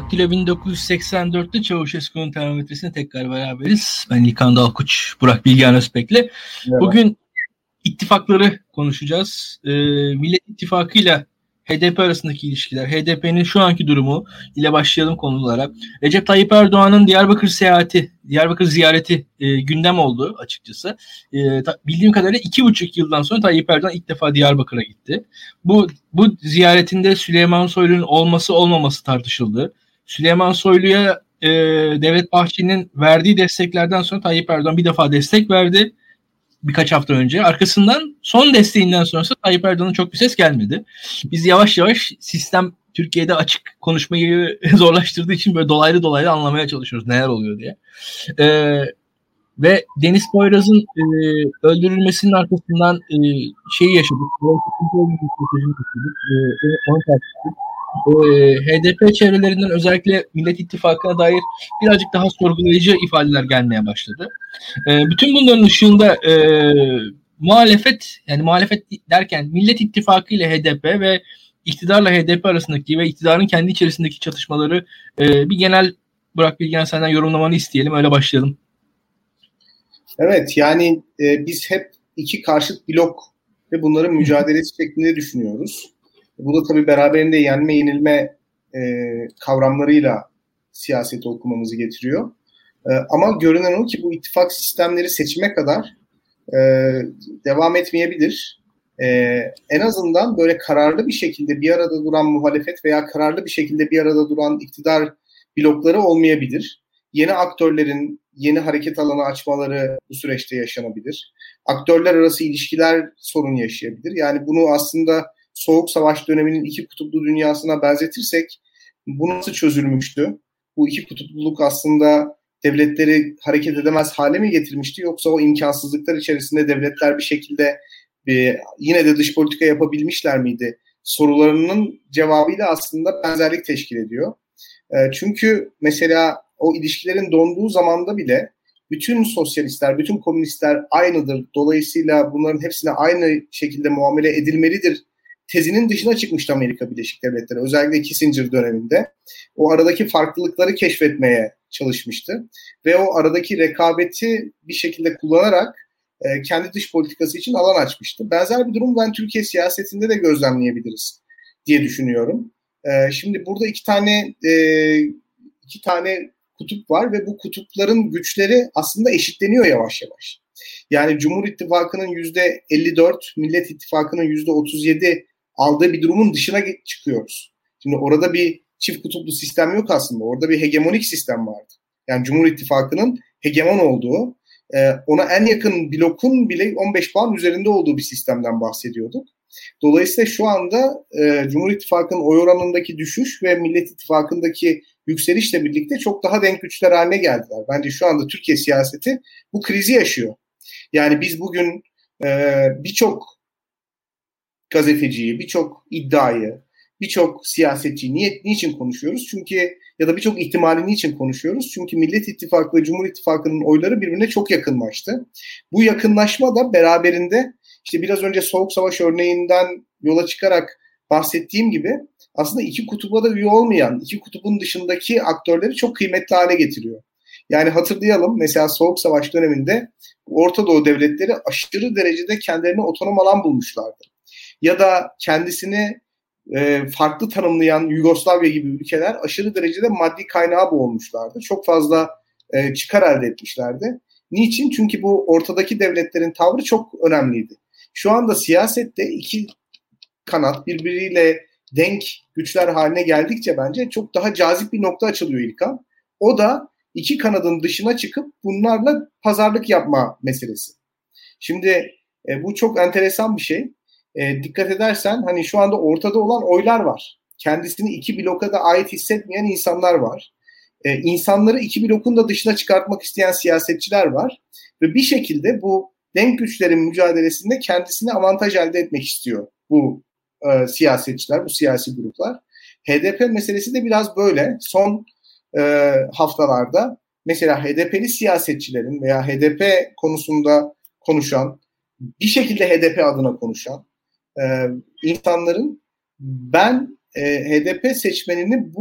Daktilo 1984'te Çavuşesku'nun termometresine tekrar beraberiz. Ben İlkan Dalkuç, Burak Bilgehan Özbek'le. Merhaba. Bugün ittifakları konuşacağız. Millet İttifakı ile HDP arasındaki ilişkiler, HDP'nin şu anki durumu ile başlayalım konulara. Recep Tayyip Erdoğan'ın Diyarbakır ziyareti gündem oldu açıkçası. Bildiğim kadarıyla 2,5 yıldan sonra Tayyip Erdoğan ilk defa Diyarbakır'a gitti. Bu ziyaretinde Süleyman Soylu'nun olması olmaması tartışıldı. Süleyman Soylu'ya Devlet Bahçeli'nin verdiği desteklerden sonra Tayyip Erdoğan bir defa destek verdi. Birkaç hafta önce. Arkasından son desteğinden sonrası Tayyip Erdoğan'ın çok bir ses gelmedi. Biz yavaş yavaş sistem Türkiye'de açık konuşmayı zorlaştırdığı için böyle dolaylı anlamaya çalışıyoruz neler oluyor diye. Ve Deniz Poyraz'ın öldürülmesinin arkasından şeyi yaşadık. Onu tartıştık. HDP çevrelerinden özellikle Millet İttifakı'na dair birazcık daha sorgulayıcı ifadeler gelmeye başladı. Bütün bunların ışığında muhalefet derken Millet İttifakı ile HDP ve iktidarla HDP arasındaki ve iktidarın kendi içerisindeki çatışmaları bir genel Burak Bilgehan senden yorumlamanı isteyelim. Öyle başlayalım. Evet, yani biz hep iki karşıt blok ve bunların mücadelesi şeklinde düşünüyoruz. Bu da tabii beraberinde yenme yenilme kavramlarıyla siyaseti okumamızı getiriyor. Ama görünen o ki bu ittifak sistemleri seçime kadar devam etmeyebilir. En azından böyle kararlı bir şekilde bir arada duran muhalefet veya kararlı bir şekilde bir arada duran iktidar blokları olmayabilir. Yeni aktörlerin yeni hareket alanı açmaları bu süreçte yaşanabilir. Aktörler arası ilişkiler sorun yaşayabilir. Yani bunu aslında Soğuk Savaş döneminin iki kutuplu dünyasına benzetirsek bu nasıl çözülmüştü? Bu iki kutupluluk aslında devletleri hareket edemez hale mi getirmişti? Yoksa o imkansızlıklar içerisinde devletler bir şekilde yine de dış politika yapabilmişler miydi? Sorularının cevabıyla aslında benzerlik teşkil ediyor. Çünkü mesela o ilişkilerin donduğu zamanda bile bütün sosyalistler, bütün komünistler aynıdır. Dolayısıyla bunların hepsine aynı şekilde muamele edilmelidir tezinin dışına çıkmıştı Amerika Birleşik Devletleri. Özellikle Kissinger döneminde. O aradaki farklılıkları keşfetmeye çalışmıştı. Ve o aradaki rekabeti bir şekilde kullanarak kendi dış politikası için alan açmıştı. Benzer bir durum ben Türkiye siyasetinde de gözlemleyebiliriz diye düşünüyorum. Şimdi burada iki tane kutup var ve bu kutupların güçleri aslında eşitleniyor yavaş yavaş. Yani Cumhur İttifakı'nın %54, Millet İttifakı'nın %37 aldığı bir durumun dışına çıkıyoruz. Şimdi orada bir çift kutuplu sistem yok aslında. Orada bir hegemonik sistem vardı. Yani Cumhur İttifakı'nın hegemon olduğu, ona en yakın blokun bile 15 puan üzerinde olduğu bir sistemden bahsediyorduk. Dolayısıyla şu anda Cumhur İttifakı'nın oy oranındaki düşüş ve Millet İttifakı'ndaki yükselişle birlikte çok daha denk güçler haline geldiler. Bence şu anda Türkiye siyaseti bu krizi yaşıyor. Yani biz bugün birçok gazeteciyi, birçok iddiayı, birçok siyasetçiyi niçin konuşuyoruz? Çünkü ya da birçok ihtimali niçin konuşuyoruz? Çünkü Millet İttifakı ve Cumhur İttifakı'nın oyları birbirine çok yakınlaştı. Bu yakınlaşma da beraberinde işte biraz önce Soğuk Savaş örneğinden yola çıkarak bahsettiğim gibi aslında iki kutuba da üye olmayan, iki kutubun dışındaki aktörleri çok kıymetli hale getiriyor. Yani hatırlayalım mesela Soğuk Savaş döneminde Orta Doğu devletleri aşırı derecede kendilerine otonom alan bulmuşlardı. Ya da kendisini farklı tanımlayan Yugoslavya gibi ülkeler aşırı derecede maddi kaynağa boğulmuşlardı. Çok fazla çıkar elde etmişlerdi. Niçin? Çünkü bu ortadaki devletlerin tavrı çok önemliydi. Şu anda siyasette iki kanat birbiriyle denk güçler haline geldikçe bence çok daha cazip bir nokta açılıyor İlkan. O da iki kanadın dışına çıkıp bunlarla pazarlık yapma meselesi. Şimdi bu çok enteresan bir şey. Dikkat edersen hani şu anda ortada olan oylar var. Kendisini iki bloka da ait hissetmeyen insanlar var. İnsanları iki blokun da dışına çıkartmak isteyen siyasetçiler var. Ve bir şekilde bu denk güçlerin mücadelesinde kendisine avantaj elde etmek istiyor bu siyasetçiler, bu siyasi gruplar. HDP meselesi de biraz böyle. Son haftalarda mesela HDP'li siyasetçilerin veya HDP konusunda konuşan, bir şekilde HDP adına konuşan insanların ben HDP seçmenini bu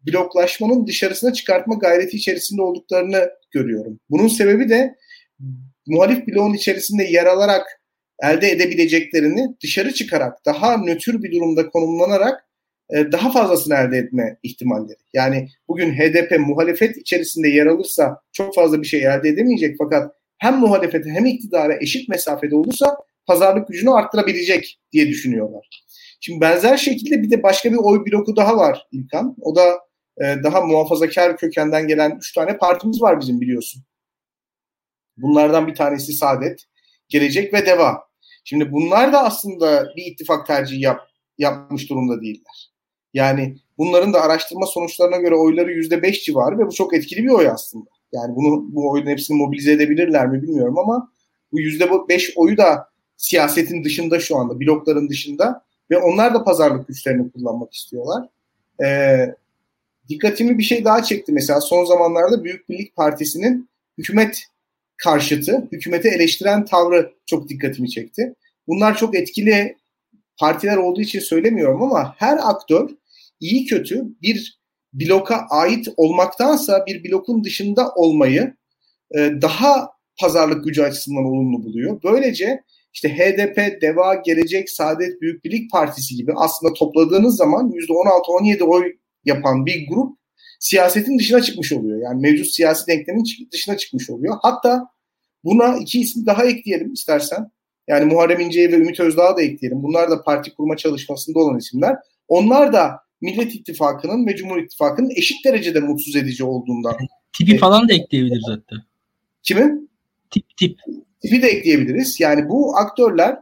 bloklaşmanın dışarısına çıkartma gayreti içerisinde olduklarını görüyorum. Bunun sebebi de muhalif bloğun içerisinde yer alarak elde edebileceklerini dışarı çıkarak, daha nötr bir durumda konumlanarak daha fazlasını elde etme ihtimalleri. Yani bugün HDP muhalefet içerisinde yer alırsa çok fazla bir şey elde edemeyecek, fakat hem muhalefete hem iktidara eşit mesafede olursa pazarlık gücünü arttırabilecek diye düşünüyorlar. Şimdi benzer şekilde bir de başka bir oy bloku daha var İlkan. O da daha muhafazakar kökenden gelen 3 tane partimiz var bizim, biliyorsun. Bunlardan bir tanesi Saadet, Gelecek ve Deva. Şimdi bunlar da aslında bir ittifak tercihi yapmış durumda değiller. Yani bunların da araştırma sonuçlarına göre oyları %5 civarı ve bu çok etkili bir oy aslında. Yani bu oyun hepsini mobilize edebilirler mi bilmiyorum ama bu %5 oyu da siyasetin dışında şu anda, blokların dışında ve onlar da pazarlık güçlerini kullanmak istiyorlar. Dikkatimi bir şey daha çekti mesela son zamanlarda Büyük Birlik Partisi'nin hükümet karşıtı, hükümeti eleştiren tavrı çok dikkatimi çekti. Bunlar çok etkili partiler olduğu için söylemiyorum ama her aktör iyi kötü bir bloka ait olmaktansa bir blokun dışında olmayı daha pazarlık gücü açısından olumlu buluyor. Böylece işte HDP, DEVA, Gelecek, Saadet, Büyük Birlik Partisi gibi aslında topladığınız zaman %16-17 oy yapan bir grup siyasetin dışına çıkmış oluyor. Yani mevcut siyasi denklemin dışına çıkmış oluyor. Hatta buna 2 ismi daha ekleyelim istersen. Yani Muharrem İnce'yi ve Ümit Özdağ'ı da ekleyelim. Bunlar da parti kurma çalışmasında olan isimler. Onlar da Millet İttifakı'nın ve Cumhur İttifakı'nın eşit derecede mutsuz edici olduğundan. Tipi falan da ekleyebiliriz hatta. Kimin? Tip. Tipi de ekleyebiliriz. Yani bu aktörler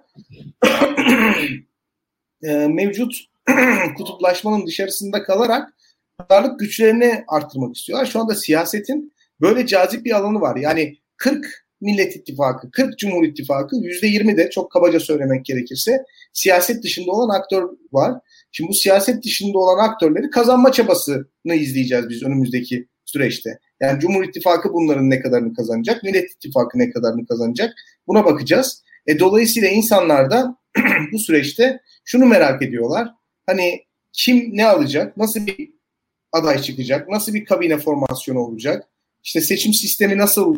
mevcut kutuplaşmanın dışarısında kalarak pazarlık güçlerini arttırmak istiyorlar. Şu anda siyasetin böyle cazip bir alanı var. Yani 40 Millet İttifakı, 40 Cumhur İttifakı, %20 de çok kabaca söylemek gerekirse siyaset dışında olan aktör var. Şimdi bu siyaset dışında olan aktörleri kazanma çabasını izleyeceğiz biz önümüzdeki süreçte. Yani Cumhur İttifakı bunların ne kadarını kazanacak, Millet İttifakı ne kadarını kazanacak, buna bakacağız. Dolayısıyla insanlar da bu süreçte şunu merak ediyorlar. Hani kim ne alacak, nasıl bir aday çıkacak, nasıl bir kabine formasyonu olacak, işte seçim sistemi nasıl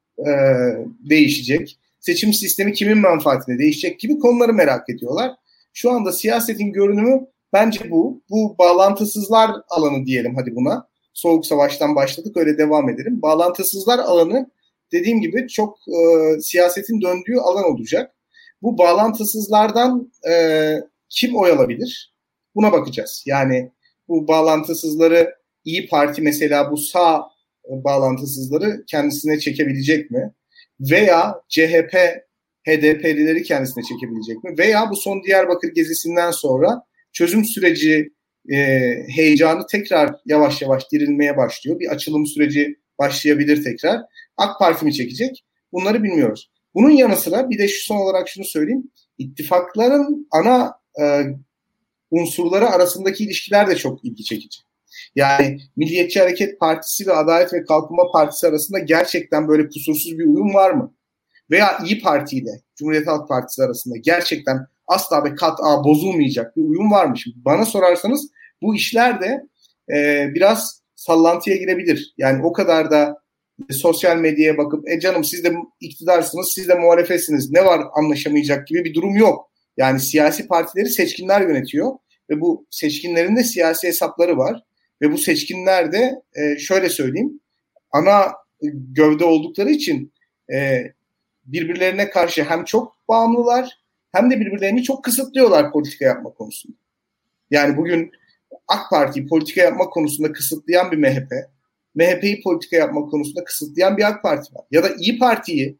değişecek, seçim sistemi kimin menfaatine değişecek gibi konuları merak ediyorlar. Şu anda siyasetin görünümü bence bu. Bu bağlantısızlar alanı diyelim hadi buna. Soğuk Savaş'tan başladık, öyle devam edelim. Bağlantısızlar alanı dediğim gibi çok siyasetin döndüğü alan olacak. Bu bağlantısızlardan kim oy alabilir? Buna bakacağız. Yani bu bağlantısızları İyi Parti mesela bu sağ bağlantısızları kendisine çekebilecek mi? Veya CHP, HDP'lileri kendisine çekebilecek mi? Veya bu son Diyarbakır gezisinden sonra çözüm süreci heyecanı tekrar yavaş yavaş dirilmeye başlıyor. Bir açılım süreci başlayabilir tekrar. AK Parti mi çekecek? Bunları bilmiyoruz. Bunun yanı sıra bir de son olarak şunu söyleyeyim. İttifakların ana unsurları arasındaki ilişkiler de çok ilgi çekici. Yani Milliyetçi Hareket Partisi ve Adalet ve Kalkınma Partisi arasında gerçekten böyle kusursuz bir uyum var mı? Veya İyi Parti ile Cumhuriyet Halk Partisi arasında gerçekten asla ve kat'a bozulmayacak bir uyum var mı? Şimdi bana sorarsanız bu işler de biraz sallantıya girebilir. Yani o kadar da sosyal medyaya bakıp canım siz de iktidarsınız, siz de muhalefetsiniz, ne var anlaşamayacak gibi bir durum yok. Yani siyasi partileri seçkinler yönetiyor ve bu seçkinlerin de siyasi hesapları var. Ve bu seçkinler de şöyle söyleyeyim, ana gövde oldukları için birbirlerine karşı hem çok bağımlılar hem de birbirlerini çok kısıtlıyorlar politika yapma konusunda. Yani bugün AK Parti'yi politika yapma konusunda kısıtlayan bir MHP, MHP'yi politika yapma konusunda kısıtlayan bir AK Parti var. Ya da İyi Parti'yi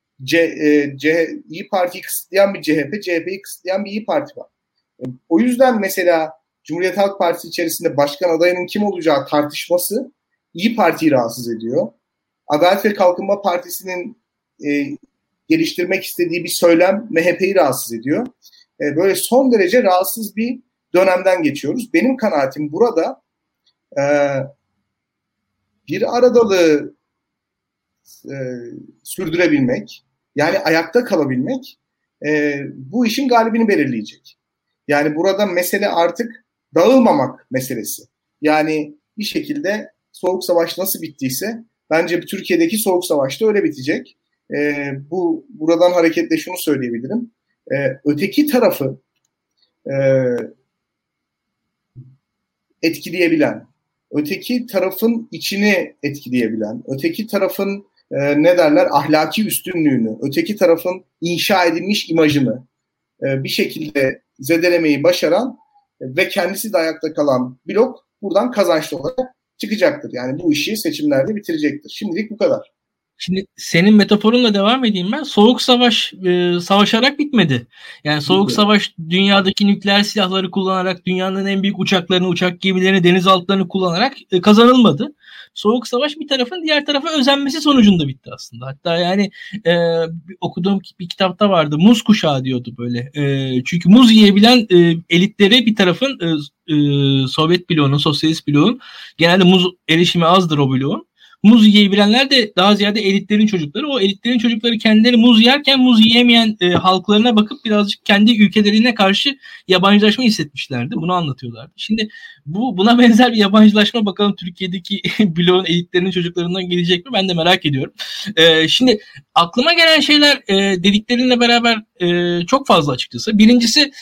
İyi Parti'yi kısıtlayan bir CHP, CHP'yi kısıtlayan bir İyi Parti var. O yüzden mesela Cumhuriyet Halk Partisi içerisinde başkan adayının kim olacağı tartışması İyi Parti'yi rahatsız ediyor. Adalet ve Kalkınma Partisi'nin geliştirmek istediği bir söylem MHP'yi rahatsız ediyor. Böyle son derece rahatsız bir dönemden geçiyoruz. Benim kanaatim burada bir aradalığı sürdürebilmek, yani ayakta kalabilmek bu işin galibini belirleyecek. Yani burada mesele artık dağılmamak meselesi. Yani bir şekilde Soğuk Savaş nasıl bittiyse bence Türkiye'deki Soğuk Savaş da öyle bitecek. Buradan hareketle şunu söyleyebilirim. Öteki tarafı etkileyebilen, öteki tarafın içini etkileyebilen, öteki tarafın ahlaki üstünlüğünü, öteki tarafın inşa edilmiş imajını bir şekilde zedelemeyi başaran ve kendisi de ayakta kalan blok buradan kazançlı olarak çıkacaktır. Yani bu işi seçimlerde bitirecektir. Şimdilik bu kadar. Şimdi senin metaforunla devam edeyim ben. Soğuk Savaş savaşarak bitmedi. Yani Soğuk Savaş dünyadaki nükleer silahları kullanarak, dünyanın en büyük uçaklarını, uçak gemilerini, denizaltılarını kullanarak kazanılmadı. Soğuk Savaş bir tarafın diğer tarafa özenmesi sonucunda bitti aslında. Hatta yani okuduğum bir kitapta vardı. Muz kuşağı diyordu böyle. Çünkü muz yiyebilen elitleri bir tarafın Sovyet bloğunun, sosyalist bloğun genelde muz erişimi azdır o bloğun. Muz yiyebilenler de daha ziyade elitlerin çocukları. O elitlerin çocukları kendileri muz yerken muz yiyemeyen halklarına bakıp birazcık kendi ülkelerine karşı yabancılaşma hissetmişlerdi. Bunu anlatıyorlardı. Şimdi buna benzer bir yabancılaşma bakalım Türkiye'deki bloğun elitlerinin çocuklarından gelecek mi? Ben de merak ediyorum. Şimdi aklıma gelen şeyler dediklerinle beraber çok fazla açıkçası. Birincisi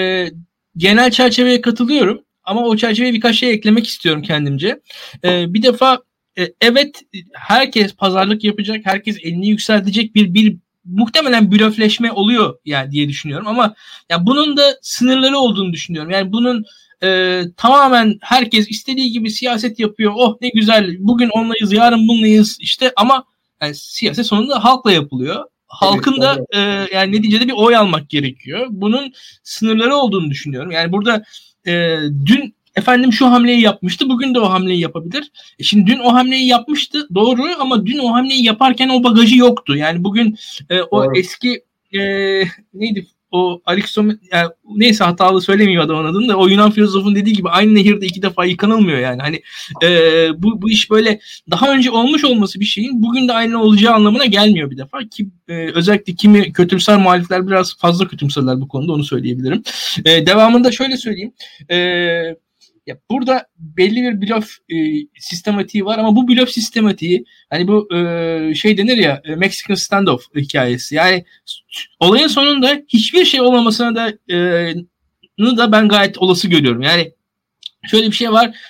genel çerçeveye katılıyorum. Ama o çerçeveye birkaç şey eklemek istiyorum kendimce. Bir defa evet, herkes pazarlık yapacak, herkes elini yükseltecek bir muhtemelen blöfleşme oluyor yani diye düşünüyorum ama ya bunun da sınırları olduğunu düşünüyorum. Yani bunun tamamen herkes istediği gibi siyaset yapıyor. Oh ne güzel, bugün onlayız, yarın bunlayız işte ama yani siyaset sonunda halkla yapılıyor. Halkın da yani neticede bir oy almak gerekiyor. Bunun sınırları olduğunu düşünüyorum. Yani burada dün efendim şu hamleyi yapmıştı, bugün de o hamleyi yapabilir. Şimdi dün o hamleyi yapmıştı, doğru, ama dün o hamleyi yaparken o bagajı yoktu. Yani bugün o eski neydi o Alexom, yani neyse hatalı söylemeyeyim adamın adını da, o Yunan filozofun dediği gibi aynı nehirde iki defa yıkanılmıyor yani. Hani bu iş böyle daha önce olmuş olması bir şeyin bugün de aynı olacağı anlamına gelmiyor bir defa ki özellikle kimi kötümser muhalifler biraz fazla kötümserler bu konuda, onu söyleyebilirim. Devamında şöyle söyleyeyim. Ya burada belli bir blöf sistematiği var ama bu blöf sistematiği hani bu şey denir ya, Mexican standoff hikayesi. Yani olayın sonunda hiçbir şey olmamasına da ben gayet olası görüyorum. Yani şöyle bir şey var.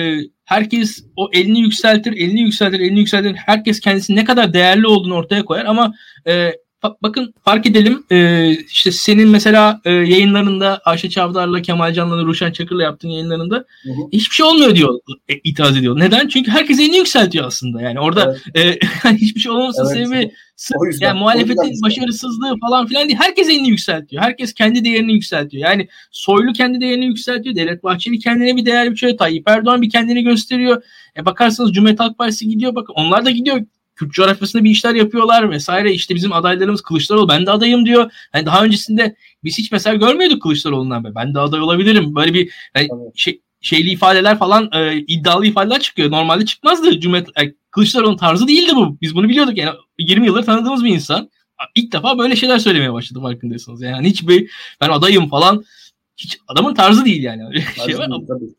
Herkes o elini yükseltir. Herkes kendisinin ne kadar değerli olduğunu ortaya koyar ama bakın fark edelim, işte senin mesela yayınlarında Ayşe Çavdar'la, Kemal Can'la, Ruşen Çakır'la yaptığın yayınlarında hiçbir şey olmuyor diyor, itiraz ediyor. Neden? Çünkü herkes elini yükseltiyor aslında. Yani orada hiçbir şey olmamasının sebebi yani muhalefetin başarısızlığı falan filan değil. Herkes elini yükseltiyor. Herkes kendi değerini yükseltiyor. Yani Soylu kendi değerini yükseltiyor. Devlet Bahçeli kendine bir değer biçiyor. Tayyip Erdoğan bir kendini gösteriyor. Bakarsanız Cumhuriyet Halk Partisi gidiyor. Bakın onlar da gidiyor. Kürt coğrafyasında bir işler yapıyorlar vesaire. İşte bizim adaylarımız Kılıçdaroğlu, ben de adayım diyor. Yani daha öncesinde biz hiç mesela görmüyorduk Kılıçdaroğlu'ndan. Ben de aday olabilirim. Böyle bir şeyli ifadeler falan, iddialı ifadeler çıkıyor. Normalde çıkmazdı. Kılıçdaroğlu'nun tarzı değildi bu. Biz bunu biliyorduk. Yani 20 yıldır tanıdığımız bir insan. İlk defa böyle şeyler söylemeye başladı, farkındaysanız. Yani hiç ben adayım falan, hiç adamın tarzı değil yani. Şey var.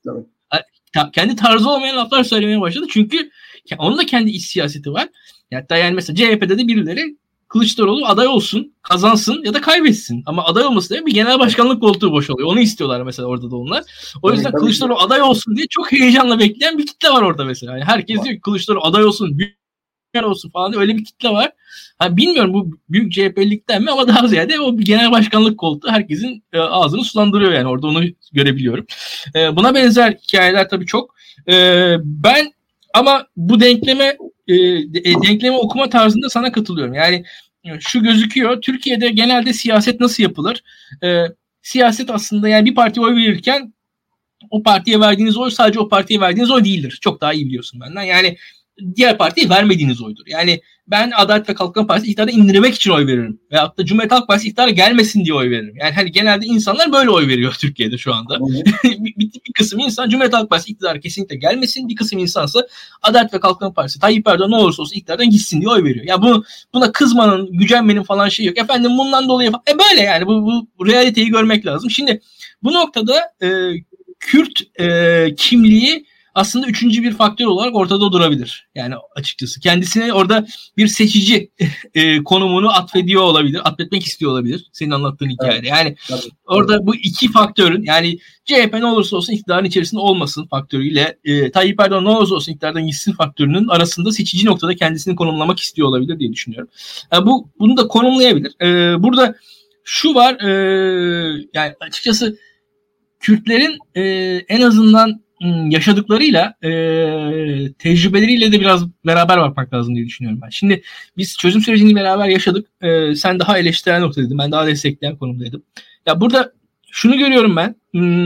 Tabii. Kendi tarzı olmayan laflar söylemeye başladı. Çünkü onun da kendi iç siyaseti var. Hatta yani mesela CHP'de de birileri Kılıçdaroğlu aday olsun, kazansın ya da kaybetsin. Ama aday olması demek bir genel başkanlık koltuğu boş oluyor. Onu istiyorlar mesela orada da onlar. O yüzden Kılıçdaroğlu aday olsun diye çok heyecanla bekleyen bir kitle var orada mesela. Yani herkes diyor ki Kılıçdaroğlu aday olsun, büyük olsun falan diye, öyle bir kitle var. Bilmiyorum bu büyük CHP'likten mi ama daha ziyade o genel başkanlık koltuğu herkesin ağzını sulandırıyor yani, orada onu görebiliyorum. Buna benzer hikayeler tabii çok. Ben ama bu denkleme okuma tarzında sana katılıyorum. Yani şu gözüküyor. Türkiye'de genelde siyaset nasıl yapılır? Siyaset aslında yani bir partiye oy verirken o partiye verdiğiniz oy sadece o partiye verdiğiniz oy değildir. Çok daha iyi biliyorsun benden. Yani diğer partiye vermediğiniz oydur. Yani ben Adalet ve Kalkınma Partisi iktidara indirmek için oy veririm. Veyahut da Cumhuriyet Halk Partisi iktidara gelmesin diye oy veririm. Yani hani genelde insanlar böyle oy veriyor Türkiye'de şu anda. bir kısım insan Cumhuriyet Halk Partisi iktidara kesinlikle gelmesin. Bir kısım insansa Adalet ve Kalkınma Partisi Tayyip Erdoğan ne olursa olsun iktidardan gitsin diye oy veriyor. Ya buna kızmanın, gücenmenin falan şey yok. Efendim bundan dolayı böyle yani bu realiteyi görmek lazım. Şimdi bu noktada Kürt kimliği aslında üçüncü bir faktör olarak ortada durabilir. Yani açıkçası kendisine orada bir seçici konumunu atfediyor olabilir. Atfetmek istiyor olabilir. Senin anlattığın hikayede. Evet. Yani tabii, orada bu iki faktörün, yani CHP ne olursa olsun iktidarın içerisinde olmasın faktörüyle Tayyip Erdoğan ne olursa olsun iktidardan gitsin faktörünün arasında seçici noktada kendisini konumlamak istiyor olabilir diye düşünüyorum. Yani bunu da konumlayabilir. Burada şu var, yani açıkçası Kürtlerin en azından yaşadıklarıyla, tecrübeleriyle de biraz beraber bakmak lazım diye düşünüyorum ben. Şimdi biz çözüm sürecini beraber yaşadık. Sen daha eleştiren noktadaydın, ben daha destekleyen konumdaydım. Ya burada şunu görüyorum ben.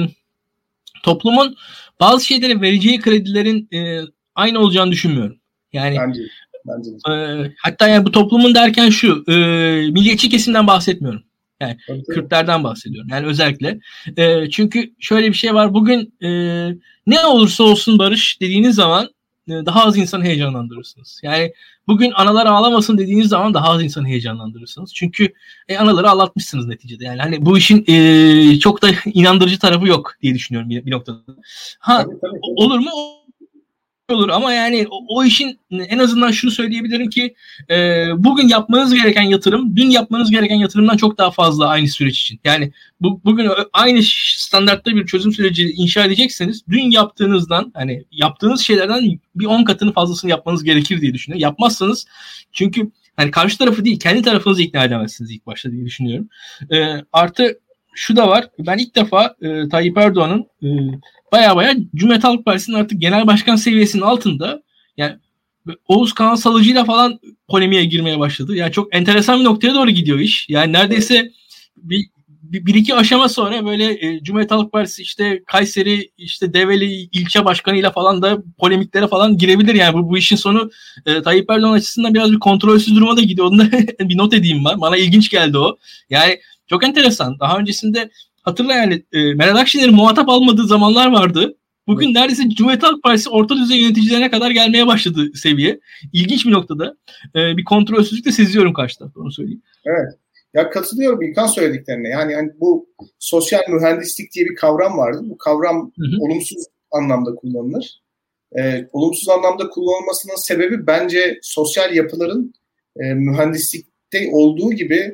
Toplumun bazı şeylere vereceği kredilerin aynı olacağını düşünmüyorum. Yani bence. Hatta yani bu toplumun derken şu, milliyetçi kesimden bahsetmiyorum. Yani tabii. Kürtlerden bahsediyorum. Yani özellikle. Çünkü şöyle bir şey var. Bugün ne olursa olsun barış dediğiniz zaman daha az insan heyecanlandırırsınız. Yani bugün analar ağlamasın dediğiniz zaman daha az insan heyecanlandırırsınız. Çünkü anaları ağlatmışsınız neticede. Yani hani bu işin çok da inandırıcı tarafı yok diye düşünüyorum bir noktada. Tabii. Olur mu? Olur ama yani o işin en azından şunu söyleyebilirim ki bugün yapmanız gereken yatırım dün yapmanız gereken yatırımdan çok daha fazla aynı süreç için. Yani bugün aynı standartta bir çözüm süreci inşa edecekseniz dün yaptığınızdan, hani yaptığınız şeylerden bir 10 katını fazlasını yapmanız gerekir diye düşünüyorum. Yapmazsanız çünkü hani karşı tarafı değil kendi tarafınızı ikna edemezsiniz ilk başta diye düşünüyorum. Artı şu da var. Ben ilk defa Tayyip Erdoğan'ın baya Cumhuriyet Halk Partisi'nin artık genel başkan seviyesinin altında, yani Oğuz Kağan Salıcı'yla falan polemiğe girmeye başladı. Yani çok enteresan bir noktaya doğru gidiyor iş. Yani neredeyse bir iki aşama sonra böyle Cumhuriyet Halk Partisi işte Kayseri işte Develi ilçe başkanıyla falan da polemiklere falan girebilir. Yani bu işin sonu Tayyip Erdoğan açısından biraz bir kontrolsüz duruma da gidiyor. Onu da bir not edeyim ben. Bana ilginç geldi o. Yani çok enteresan. Daha öncesinde hatırla yani Meral Akşener'in muhatap almadığı zamanlar vardı. Bugün neredeyse Cumhuriyet Halk Partisi orta düzey yöneticilerine kadar gelmeye başladı seviye. İlginç bir noktada. Bir kontrolsüzlük de seziyorum karşı tarafta, onu söyleyeyim. Evet. Ya katılıyorum İlkan söylediklerine. Yani bu sosyal mühendislik diye bir kavram vardı. Bu kavram olumsuz anlamda kullanılır. Olumsuz anlamda kullanılmasının sebebi bence sosyal yapıların mühendislikte olduğu gibi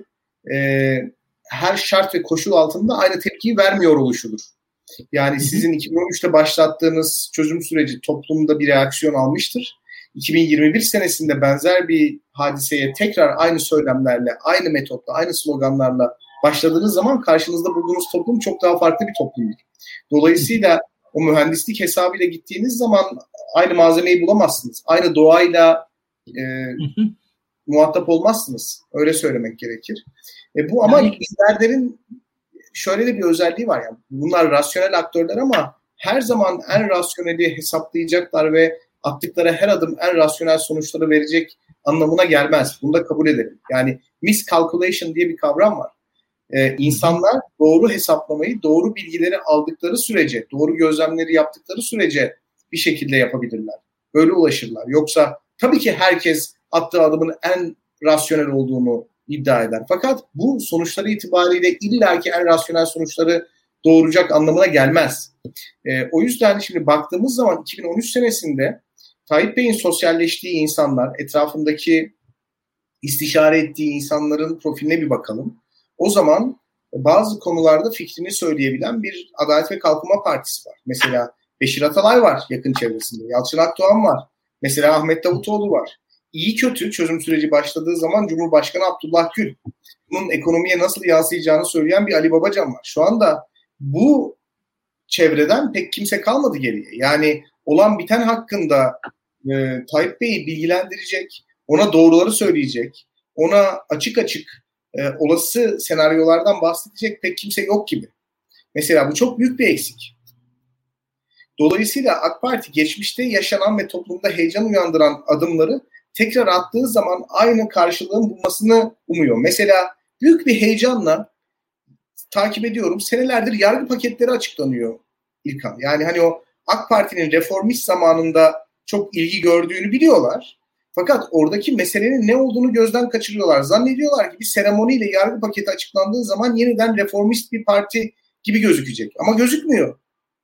her şart ve koşul altında aynı tepkiyi vermiyor oluşudur. Yani sizin 2013'te başlattığınız çözüm süreci toplumda bir reaksiyon almıştır. 2021 senesinde benzer bir hadiseye tekrar aynı söylemlerle, aynı metotla, aynı sloganlarla başladığınız zaman karşınızda bulduğunuz toplum çok daha farklı bir toplumdur. Dolayısıyla o mühendislik hesabıyla gittiğiniz zaman aynı malzemeyi bulamazsınız. Aynı doğayla muhatap olmazsınız. Öyle söylemek gerekir. Bu ama liderlerin şöyle de bir özelliği var. Yani bunlar rasyonel aktörler ama her zaman en rasyoneli hesaplayacaklar ve attıkları her adım en rasyonel sonuçları verecek anlamına gelmez. Bunu da kabul edelim. Yani miscalculation diye bir kavram var. İnsanlar doğru hesaplamayı, doğru bilgileri aldıkları sürece, doğru gözlemleri yaptıkları sürece bir şekilde yapabilirler. Böyle ulaşırlar. Yoksa tabii ki herkes attığı adımın en rasyonel olduğunu iddia eder. Fakat bu sonuçları itibariyle illaki en rasyonel sonuçları doğuracak anlamına gelmez. O yüzden şimdi baktığımız zaman 2013 senesinde Tayyip Bey'in sosyalleştiği insanlar, etrafındaki istişare ettiği insanların profiline bir bakalım. O zaman bazı konularda fikrini söyleyebilen bir Adalet ve Kalkınma Partisi var. Mesela Beşir Atalay var yakın çevresinde. Yalçın Akdoğan var. Mesela Ahmet Davutoğlu var. İyi kötü çözüm süreci başladığı zaman Cumhurbaşkanı Abdullah Gül, bunun ekonomiye nasıl yansıyacağını söyleyen bir Ali Babacan var. Şu anda bu çevreden pek kimse kalmadı geriye. Yani olan biten hakkında Tayyip Bey'i bilgilendirecek, ona doğruları söyleyecek, ona açık olası senaryolardan bahsedecek pek kimse yok gibi. Mesela bu çok büyük bir eksik. Dolayısıyla AK Parti geçmişte yaşanan ve toplumda heyecan uyandıran adımları tekrar attığı zaman aynı karşılığın bulmasını umuyor. Mesela büyük bir heyecanla takip ediyorum. Senelerdir yargı paketleri açıklanıyor İlkan. Yani hani o AK Parti'nin reformist zamanında çok ilgi gördüğünü biliyorlar. Fakat oradaki meselenin ne olduğunu gözden kaçırıyorlar. Zannediyorlar ki bir seremoniyle yargı paketi açıklandığı zaman yeniden reformist bir parti gibi gözükecek. Ama gözükmüyor.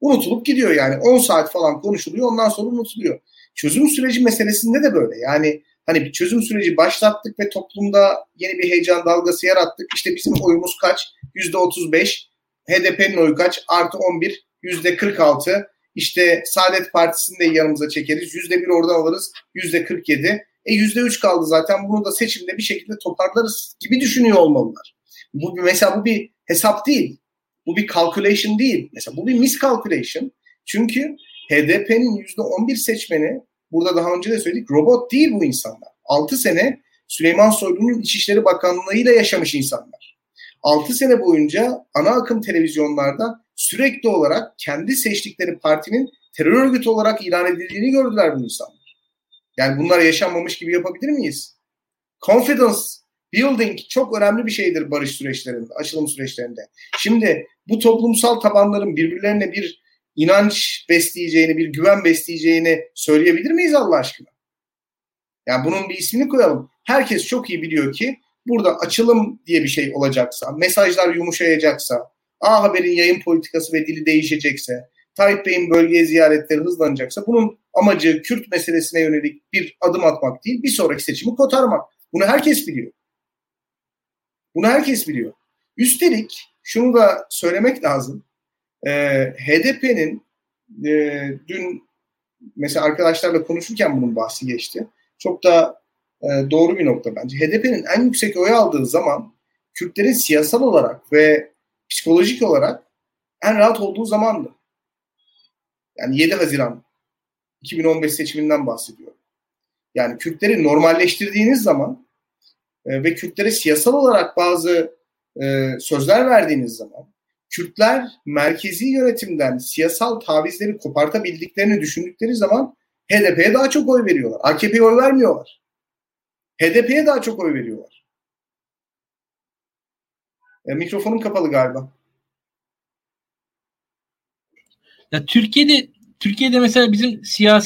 unutulup gidiyor yani. 10 saat falan konuşuluyor, ondan sonra unutuluyor. Çözüm süreci meselesinde de böyle. Yani hani bir çözüm süreci başlattık ve toplumda yeni bir heyecan dalgası yarattık. İşte bizim oyumuz kaç? %35. HDP'nin oyu kaç? Artı 11. %46. İşte Saadet Partisi'ni de yanımıza çekeriz. %1 oradan alırız. %47. %3 kaldı zaten. Bunu da seçimde bir şekilde toparlarız gibi düşünüyor olmalılar. Mesela bu bir hesap değil. Bu bir calculation değil. Mesela bu bir miscalculation. Çünkü HDP'nin %11 seçmeni, burada daha önce de söyledik, robot değil bu insanlar. 6 sene Süleyman Soylu'nun İçişleri Bakanlığı'yla yaşamış insanlar. 6 sene boyunca ana akım televizyonlarda sürekli olarak kendi seçtikleri partinin terör örgütü olarak ilan edildiğini gördüler bu insanlar. Yani bunlar yaşanmamış gibi yapabilir miyiz? Confidence building çok önemli bir şeydir barış süreçlerinde, açılım süreçlerinde. Şimdi bu toplumsal tabanların birbirlerine bir inanç besleyeceğini, bir güven besleyeceğini söyleyebilir miyiz Allah aşkına? Yani bunun bir ismini koyalım. Herkes çok iyi biliyor ki burada açılım diye bir şey olacaksa, mesajlar yumuşayacaksa, A Haber'in yayın politikası ve dili değişecekse, Tayyip Bey'in bölgeye ziyaretleri hızlanacaksa bunun amacı Kürt meselesine yönelik bir adım atmak değil, bir sonraki seçimi kotarmak. Bunu herkes biliyor. Bunu herkes biliyor. Üstelik şunu da söylemek lazım. HDP'nin dün mesela arkadaşlarla konuşurken bunun bahsi geçti. Çok da doğru bir nokta bence. HDP'nin en yüksek oy aldığı zaman Kürtlerin siyasal olarak ve psikolojik olarak en rahat olduğu zamandı. Yani 7 Haziran 2015 seçiminden bahsediyorum. Yani Kürtleri normalleştirdiğiniz zaman ve Kürtlere siyasal olarak bazı sözler verdiğiniz zaman Kürtler merkezi yönetimden siyasal tavizleri kopartabildiklerini düşündükleri zaman HDP'ye daha çok oy veriyorlar. AKP'ye oy vermiyorlar. HDP'ye daha çok oy veriyorlar. Mikrofonum kapalı galiba. Ya Türkiye'de mesela bizim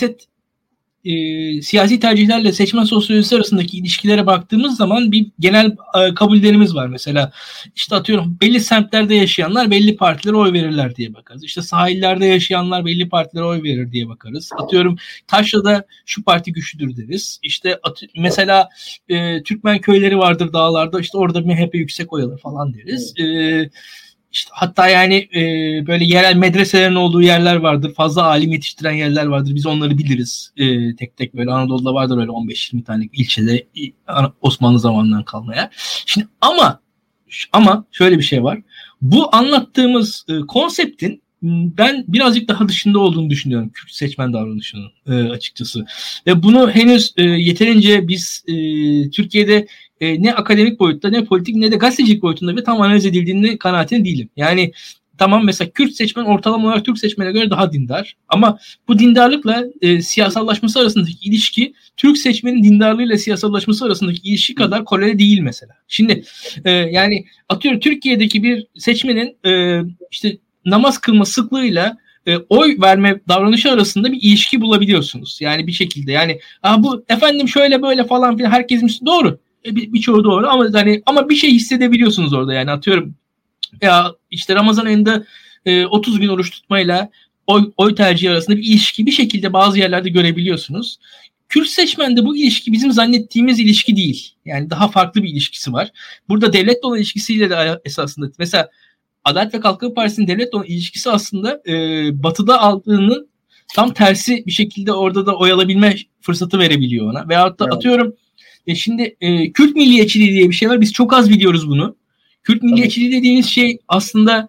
siyasi tercihlerle seçmen sosyolojisi arasındaki ilişkilere baktığımız zaman bir genel kabullerimiz var. Mesela işte atıyorum belli semtlerde yaşayanlar belli partilere oy verirler diye bakarız. İşte sahillerde yaşayanlar belli partilere oy verir diye bakarız. Atıyorum Taşra'da şu parti güçlüdür deriz. İşte mesela Türkmen köyleri vardır dağlarda, işte orada MHP yüksek oy alır falan deriz. İşte hatta yani böyle yerel medreselerin olduğu yerler vardır. Fazla alim yetiştiren yerler vardır. Biz onları biliriz. Tek tek böyle Anadolu'da vardır öyle 15-20 tane ilçede Osmanlı zamanından kalmaya. Şimdi ama şöyle bir şey var. Bu anlattığımız konseptin ben birazcık daha dışında olduğunu düşünüyorum. Kürt seçmen davranışının açıkçası. Ve bunu henüz yeterince biz Türkiye'de ne akademik boyutta ne politik ne de gazetecilik boyutunda bir tam analiz edildiğini kanaatinde değilim. Yani tamam mesela Kürt seçmen ortalama olarak Türk seçmene göre daha dindar. Ama bu dindarlıkla siyasallaşması arasındaki ilişki Türk seçmenin dindarlığıyla siyasallaşması arasındaki ilişki kadar koreli değil mesela. Şimdi yani atıyorum Türkiye'deki bir seçmenin işte namaz kılma sıklığıyla oy verme davranışı arasında bir ilişki bulabiliyorsunuz. Yani bir şekilde yani bu efendim şöyle böyle falan filan herkes doğru. Birçoğu doğru ama bir şey hissedebiliyorsunuz orada yani atıyorum ya işte Ramazan ayında 30 gün oruç tutmayla oy tercihi arasında bir ilişki bir şekilde bazı yerlerde görebiliyorsunuz. Kürt seçmende bu ilişki bizim zannettiğimiz ilişki değil. Yani daha farklı bir ilişkisi var. Burada devletle olan ilişkisiyle de esasında mesela Adalet ve Kalkınma Partisi'nin devletle olan ilişkisi aslında Batı'da aldığının tam tersi bir şekilde orada da oy alabilme fırsatı verebiliyor ona. Veyahut da atıyorum şimdi Kürt milliyetçiliği diye bir şey var. Biz çok az biliyoruz bunu. Kürt milliyetçiliği dediğiniz şey aslında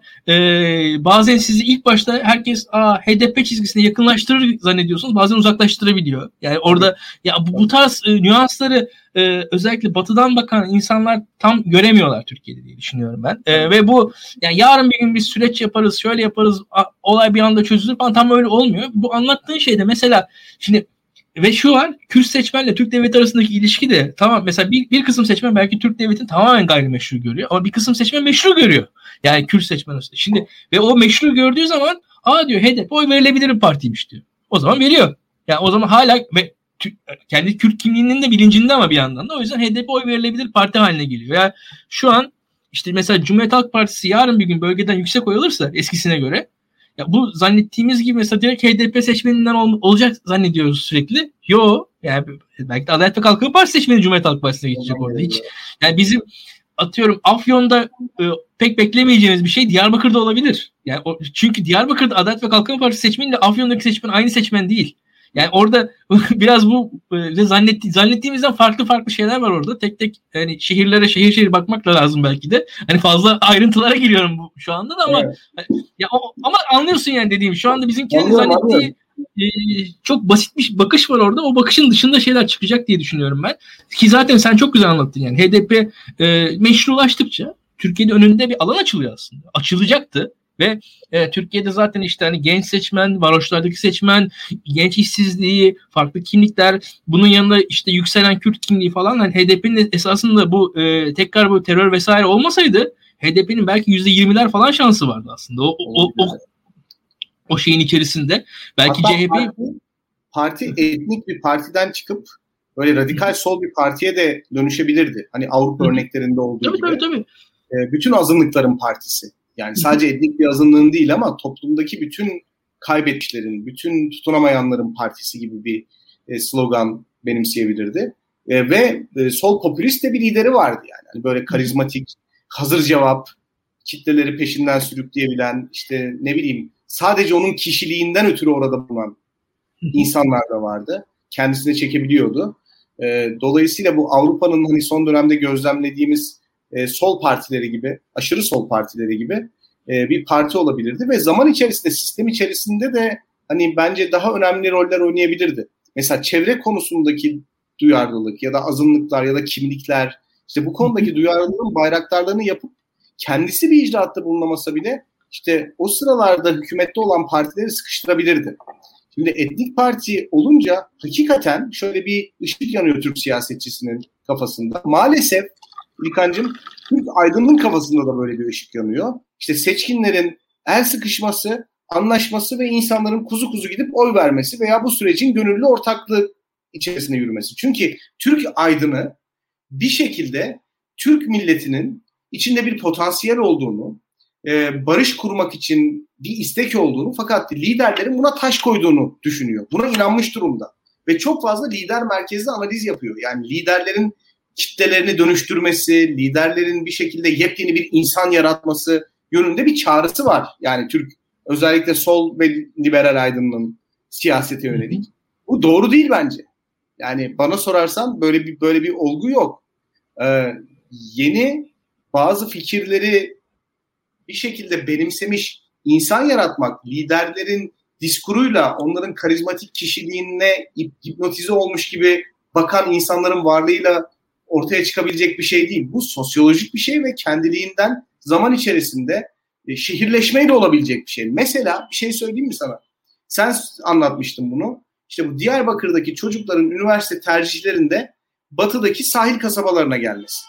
bazen sizi ilk başta herkes HDP çizgisine yakınlaştırır zannediyorsunuz. Bazen uzaklaştırabiliyor. Yani orada ya bu tarz nüansları özellikle batıdan bakan insanlar tam göremiyorlar Türkiye'de diye düşünüyorum ben. Ve bu yani yarın bir gün bir süreç yaparız, şöyle yaparız, olay bir anda çözülür falan tam öyle olmuyor. Bu anlattığın şeyde mesela şimdi ve şu var, Kürt seçmenle Türk devleti arasındaki ilişki de tamam mesela bir kısım seçmen belki Türk devletini tamamen gayrimeşru görüyor ama bir kısım seçmen meşru görüyor. Yani Kürt seçmen arasında. Şimdi ve o meşru gördüğü zaman diyor HDP oy verilebilir bir partiymiş diyor. O zaman veriyor. Yani o zaman hala ve kendi Kürt kimliğinin de bilincinde ama bir yandan da o yüzden HDP oy verilebilir parti haline geliyor. Yani şu an işte mesela Cumhuriyet Halk Partisi yarın bir gün bölgeden yüksek oy alırsa eskisine göre Ya bu zannettiğimiz gibi mesela direkt HDP seçmeninden olacak zannediyoruz sürekli. Yo, yani belki de Adalet ve Kalkınma Partisi seçmeni Cumhuriyet Halk Partisi'ne geçecek orada. Hiç yani bizim atıyorum Afyon'da pek beklemeyeceğimiz bir şey Diyarbakır'da olabilir. Yani çünkü Diyarbakır'da Adalet ve Kalkınma Partisi seçmeniyle Afyon'daki seçmen aynı seçmen değil. Yani orada biraz bu zannettiğimizden farklı şeyler var orada. Tek tek yani şehirlere şehir bakmak da lazım belki de. Hani fazla ayrıntılara giriyorum şu anda da ama ya ama anlıyorsun yani dediğim. Şu anda bizimkilerin zannettiği çok basit bir bakış var orada. O bakışın dışında şeyler çıkacak diye düşünüyorum ben. Ki zaten sen çok güzel anlattın yani. HDP meşrulaştıkça Türkiye'de önünde bir alan açılıyor aslında. Açılacaktı. Ve Türkiye'de zaten işte hani genç seçmen, varoşlardaki seçmen, genç işsizliği, farklı kimlikler, bunun yanında işte yükselen Kürt kimliği falan, hani HDP'nin esasında bu tekrar bu terör vesaire olmasaydı HDP'nin belki %20'ler falan şansı vardı aslında. O şeyin içerisinde. Belki hatta CHP parti etnik bir partiden çıkıp böyle radikal sol bir partiye de dönüşebilirdi. Hani Avrupa örneklerinde olduğu gibi. Tabii. Bütün azınlıkların partisi. Yani sadece etnik bir azınlığın değil ama toplumdaki bütün kaybetmişlerin, bütün tutunamayanların partisi gibi bir slogan benimseyebilirdi. Ve sol popülist de bir lideri vardı yani. Hani böyle karizmatik, hazır cevap, kitleleri peşinden sürükleyebilen, işte ne bileyim sadece onun kişiliğinden ötürü orada bulunan insanlar da vardı. Kendisine çekebiliyordu. Dolayısıyla bu Avrupa'nın hani son dönemde gözlemlediğimiz sol partileri gibi, aşırı sol partileri gibi bir parti olabilirdi ve zaman içerisinde, sistem içerisinde de hani bence daha önemli roller oynayabilirdi. Mesela çevre konusundaki duyarlılık ya da azınlıklar ya da kimlikler, işte bu konudaki duyarlılığın bayraktarlarını yapıp kendisi bir icraatta bulunamasa bile işte o sıralarda hükümette olan partileri sıkıştırabilirdi. Şimdi etnik parti olunca hakikaten şöyle bir ışık yanıyor Türk siyasetçisinin kafasında. Maalesef İlkan'cığım, Türk aydınlığın kafasında da böyle bir ışık yanıyor. İşte seçkinlerin el sıkışması, anlaşması ve insanların kuzu kuzu gidip oy vermesi veya bu sürecin gönüllü ortaklığı içerisine yürümesi. Çünkü Türk aydını bir şekilde Türk milletinin içinde bir potansiyel olduğunu, barış kurmak için bir istek olduğunu fakat liderlerin buna taş koyduğunu düşünüyor. Buna inanmış durumda. Ve çok fazla lider merkezli analiz yapıyor. Yani liderlerin kitlelerini dönüştürmesi, liderlerin bir şekilde yepyeni bir insan yaratması yönünde bir çağrısı var. Yani Türk özellikle sol ve liberal aydınlığın siyasete yönelik. Bu doğru değil bence. Yani bana sorarsan böyle bir olgu yok. Yeni bazı fikirleri bir şekilde benimsemiş insan yaratmak, liderlerin diskuruyla, onların karizmatik kişiliğine hipnotize olmuş gibi bakan insanların varlığıyla ortaya çıkabilecek bir şey değil. Bu sosyolojik bir şey ve kendiliğinden zaman içerisinde şehirleşmeyle olabilecek bir şey. Mesela bir şey söyleyeyim mi sana? Sen anlatmıştın bunu. İşte bu Diyarbakır'daki çocukların üniversite tercihlerinde batıdaki sahil kasabalarına gelmesi.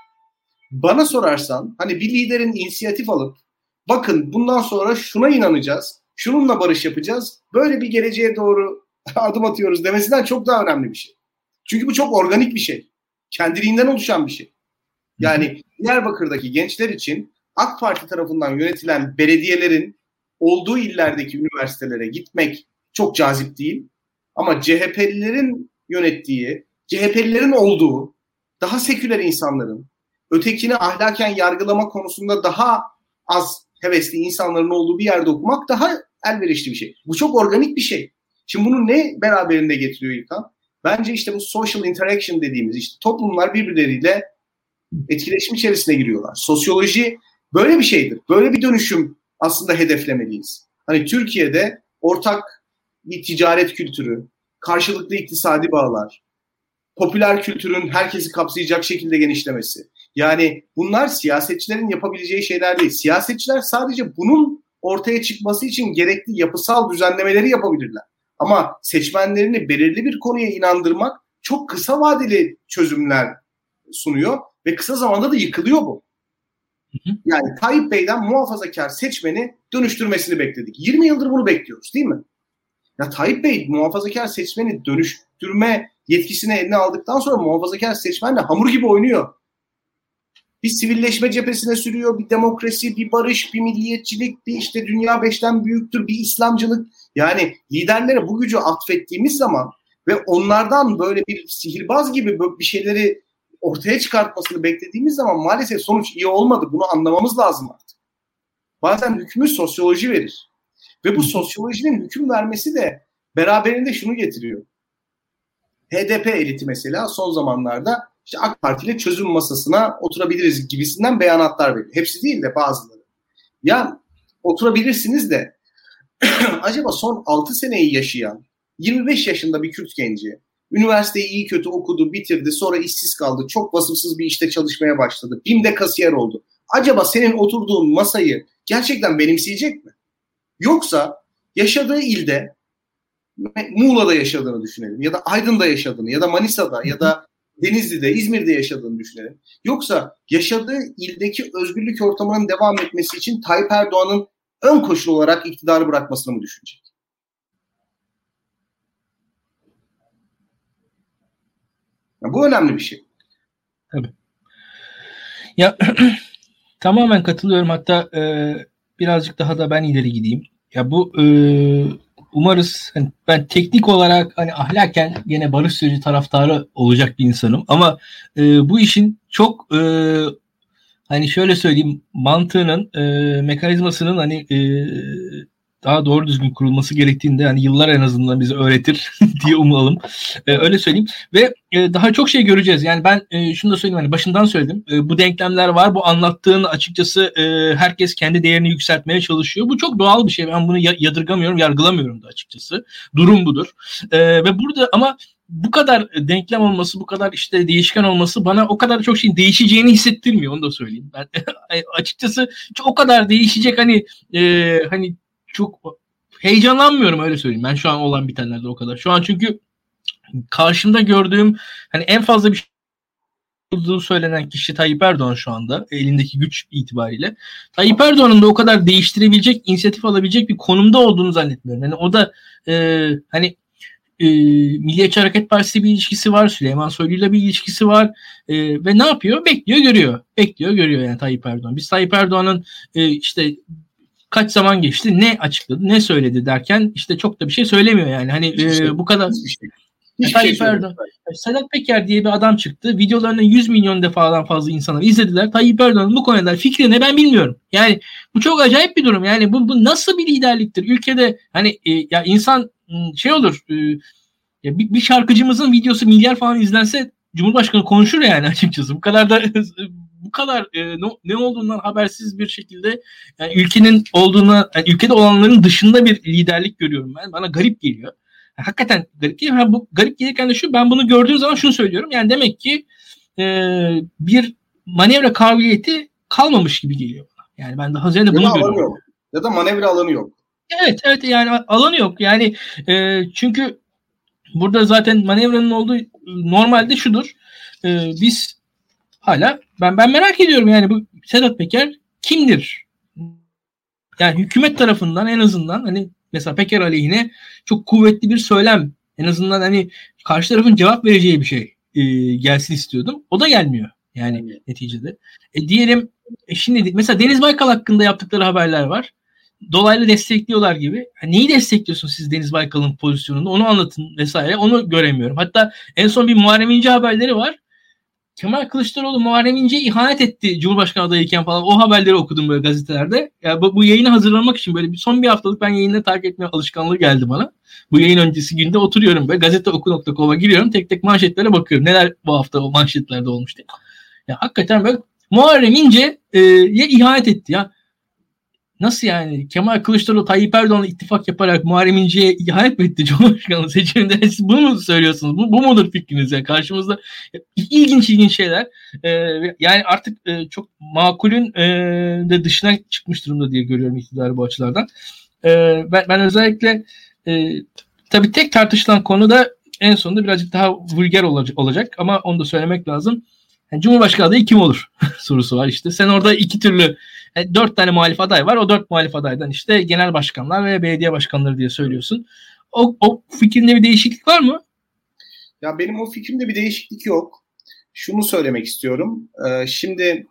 Bana sorarsan hani bir liderin inisiyatif alıp bakın bundan sonra şuna inanacağız, şununla barış yapacağız, böyle bir geleceğe doğru adım atıyoruz demesinden çok daha önemli bir şey. Çünkü bu çok organik bir şey. Kendiliğinden oluşan bir şey. Yani Diyarbakır'daki gençler için AK Parti tarafından yönetilen belediyelerin olduğu illerdeki üniversitelere gitmek çok cazip değil. Ama CHP'lilerin yönettiği, CHP'lilerin olduğu, daha seküler insanların, ötekini ahlaken yargılama konusunda daha az hevesli insanların olduğu bir yerde okumak daha elverişli bir şey. Bu çok organik bir şey. Şimdi bunu ne beraberinde getiriyor İlkan? Bence işte bu social interaction dediğimiz işte toplumlar birbirleriyle etkileşim içerisine giriyorlar. Sosyoloji böyle bir şeydir. Böyle bir dönüşüm aslında hedeflemeliyiz. Hani Türkiye'de ortak bir ticaret kültürü, karşılıklı iktisadi bağlar, popüler kültürün herkesi kapsayacak şekilde genişlemesi. Yani bunlar siyasetçilerin yapabileceği şeyler değil. Siyasetçiler sadece bunun ortaya çıkması için gerekli yapısal düzenlemeleri yapabilirler. Ama seçmenlerini belirli bir konuya inandırmak çok kısa vadeli çözümler sunuyor ve kısa zamanda da yıkılıyor bu. Yani Tayyip Bey'den muhafazakar seçmeni dönüştürmesini bekledik. 20 yıldır bunu bekliyoruz değil mi? Ya Tayyip Bey muhafazakar seçmeni dönüştürme yetkisini eline aldıktan sonra muhafazakar seçmenle hamur gibi oynuyor. bir sivilleşme cephesine sürüyor, bir demokrasi, bir barış, bir milliyetçilik, bir işte dünya beşten büyüktür, bir İslamcılık. Yani liderlere bu gücü atfettiğimiz zaman ve onlardan böyle bir sihirbaz gibi bir şeyleri ortaya çıkartmasını beklediğimiz zaman maalesef sonuç iyi olmadı. Bunu anlamamız lazım artık. Bazen hükmü sosyoloji verir. Ve bu sosyolojinin hüküm vermesi de beraberinde şunu getiriyor. HDP eliti mesela son zamanlarda işte AK Parti ile çözüm masasına oturabiliriz gibisinden beyanatlar veriyor. Hepsi değil de bazıları. Ya oturabilirsiniz de acaba son 6 seneyi yaşayan 25 yaşında bir Kürt genci üniversiteyi iyi kötü okudu, bitirdi, sonra işsiz kaldı, çok vasıfsız bir işte çalışmaya başladı, BİM'de kasiyer oldu. Acaba senin oturduğun masayı gerçekten benimseyecek mi? Yoksa yaşadığı ilde, Muğla'da yaşadığını düşünelim ya da Aydın'da yaşadığını ya da Manisa'da ya da Denizli'de, İzmir'de yaşadığını düşünelim. Yoksa yaşadığı ildeki özgürlük ortamının devam etmesi için Tayyip Erdoğan'ın ön koşul olarak iktidarı bırakmasını mı düşünecek? Ya bu önemli bir şey. Tabii. Ya tamamen katılıyorum. Hatta birazcık daha da ben ileri gideyim. Ya bu umarız hani ben teknik olarak hani ahlaken gene barış süreci taraftarı olacak bir insanım. Ama bu işin çok hani şöyle söyleyeyim mantığının mekanizmasının hani daha doğru düzgün kurulması gerektiğinde hani yıllar en azından bize öğretir diye umalım. Öyle söyleyeyim. Ve daha çok şey göreceğiz. Yani ben şunu da söyleyeyim hani başından söyledim. Bu denklemler var. Bu anlattığın açıkçası herkes kendi değerini yükseltmeye çalışıyor. Bu çok doğal bir şey. Ben bunu yadırgamıyorum, yargılamıyorum da açıkçası. Durum budur. Ve burada ama bu kadar denklem olması, bu kadar işte değişken olması bana o kadar çok şeyin değişeceğini hissettirmiyor. Onu da söyleyeyim. Ben açıkçası o kadar değişecek hani çok heyecanlanmıyorum öyle söyleyeyim. Ben şu an olan bitenlerde o kadar. Şu an çünkü karşımda gördüğüm hani en fazla bir şey olduğu söylenen kişi Tayyip Erdoğan şu anda elindeki güç itibariyle. Tayyip Erdoğan'ın da o kadar değiştirebilecek, inisiyatif alabilecek bir konumda olduğunu zannetmiyorum. Yani o da hani Milliyetçi Hareket Partisi bir ilişkisi var. Süleyman Soylu'yla bir ilişkisi var. Ve ne yapıyor? Bekliyor, görüyor. Bekliyor, görüyor yani Tayyip Erdoğan. Biz Tayyip Erdoğan'ın işte kaç zaman geçti, ne açıkladı, ne söyledi derken işte çok da bir şey söylemiyor yani. Hani bu kadar Tayyip Erdoğan. Sedat Peker diye bir adam çıktı. Videolarını 100 milyon defadan fazla insanlar izlediler. Tayyip Erdoğan'ın bu konuda fikri ne ben bilmiyorum. Yani bu çok acayip bir durum. Yani bu nasıl bir liderliktir? Ülkede hani ya insan şey olur ya bir şarkıcımızın videosu milyar falan izlense Cumhurbaşkanı konuşur yani açıkçası. Bu kadar da bu kadar ne olduğundan habersiz bir şekilde yani ülkenin olduğuna yani ülkede olanların dışında bir liderlik görüyorum ben. Bana garip geliyor. Hakikaten garip geliyor. Bu garip gelirken de şu ben bunu gördüğüm zaman şunu söylüyorum. Yani demek ki bir manevra kabiliyeti kalmamış gibi geliyor bana. Yani ben daha ziyade bunu görüyorum. Yok. Ya da manevra alanı yok. Evet yani alanı yok. Yani çünkü burada zaten manevranın olduğu normalde şudur. Biz hala ben merak ediyorum yani bu Sedat Peker kimdir? Yani hükümet tarafından en azından hani mesela Peker aleyhine çok kuvvetli bir söylem en azından hani karşı tarafın cevap vereceği bir şey gelsin istiyordum. O da gelmiyor yani neticede. Diyelim şimdi mesela Deniz Baykal hakkında yaptıkları haberler var. Dolaylı destekliyorlar gibi. Neyi destekliyorsun siz Deniz Baykal'ın pozisyonunda? Onu anlatın vesaire. Onu göremiyorum. Hatta en son bir Muharrem İnce haberleri var. Kemal Kılıçdaroğlu Muharrem İnce'ye ihanet etti Cumhurbaşkanı adayıyken falan. O haberleri okudum böyle gazetelerde. Ya bu yayını hazırlamak için böyle son bir haftalık ben yayını takip etme alışkanlığı geldi bana. Bu yayın öncesi günde oturuyorum böyle gazeteoku.com'a giriyorum. Tek tek manşetlere bakıyorum. Neler bu hafta o manşetlerde olmuş diye. Ya hakikaten böyle Muharrem İnce'ye ihanet etti ya. Nasıl yani? Kemal Kılıçdaroğlu Tayyip Erdoğan'la ittifak yaparak Muharrem İnce'ye ihanet mi etti Cumhurbaşkanlığı seçiminde? Siz bunu mu söylüyorsunuz? Bu mudur fikriniz? Yani karşımızda ilginç şeyler. Yani artık çok makulün de dışına çıkmış durumda diye görüyorum iktidarı bu açılardan. Ben özellikle tabii tek tartışılan konu da en sonunda birazcık daha vulgar olacak ama onu da söylemek lazım. Yani Cumhurbaşkanı adayı kim olur sorusu var işte. Sen orada 4 tane muhalif aday var. O 4 muhalif adaydan işte genel başkanlar ve belediye başkanları diye söylüyorsun. O fikrinde bir değişiklik var mı? Ya benim o fikrimde bir değişiklik yok. Şunu söylemek istiyorum. Şimdi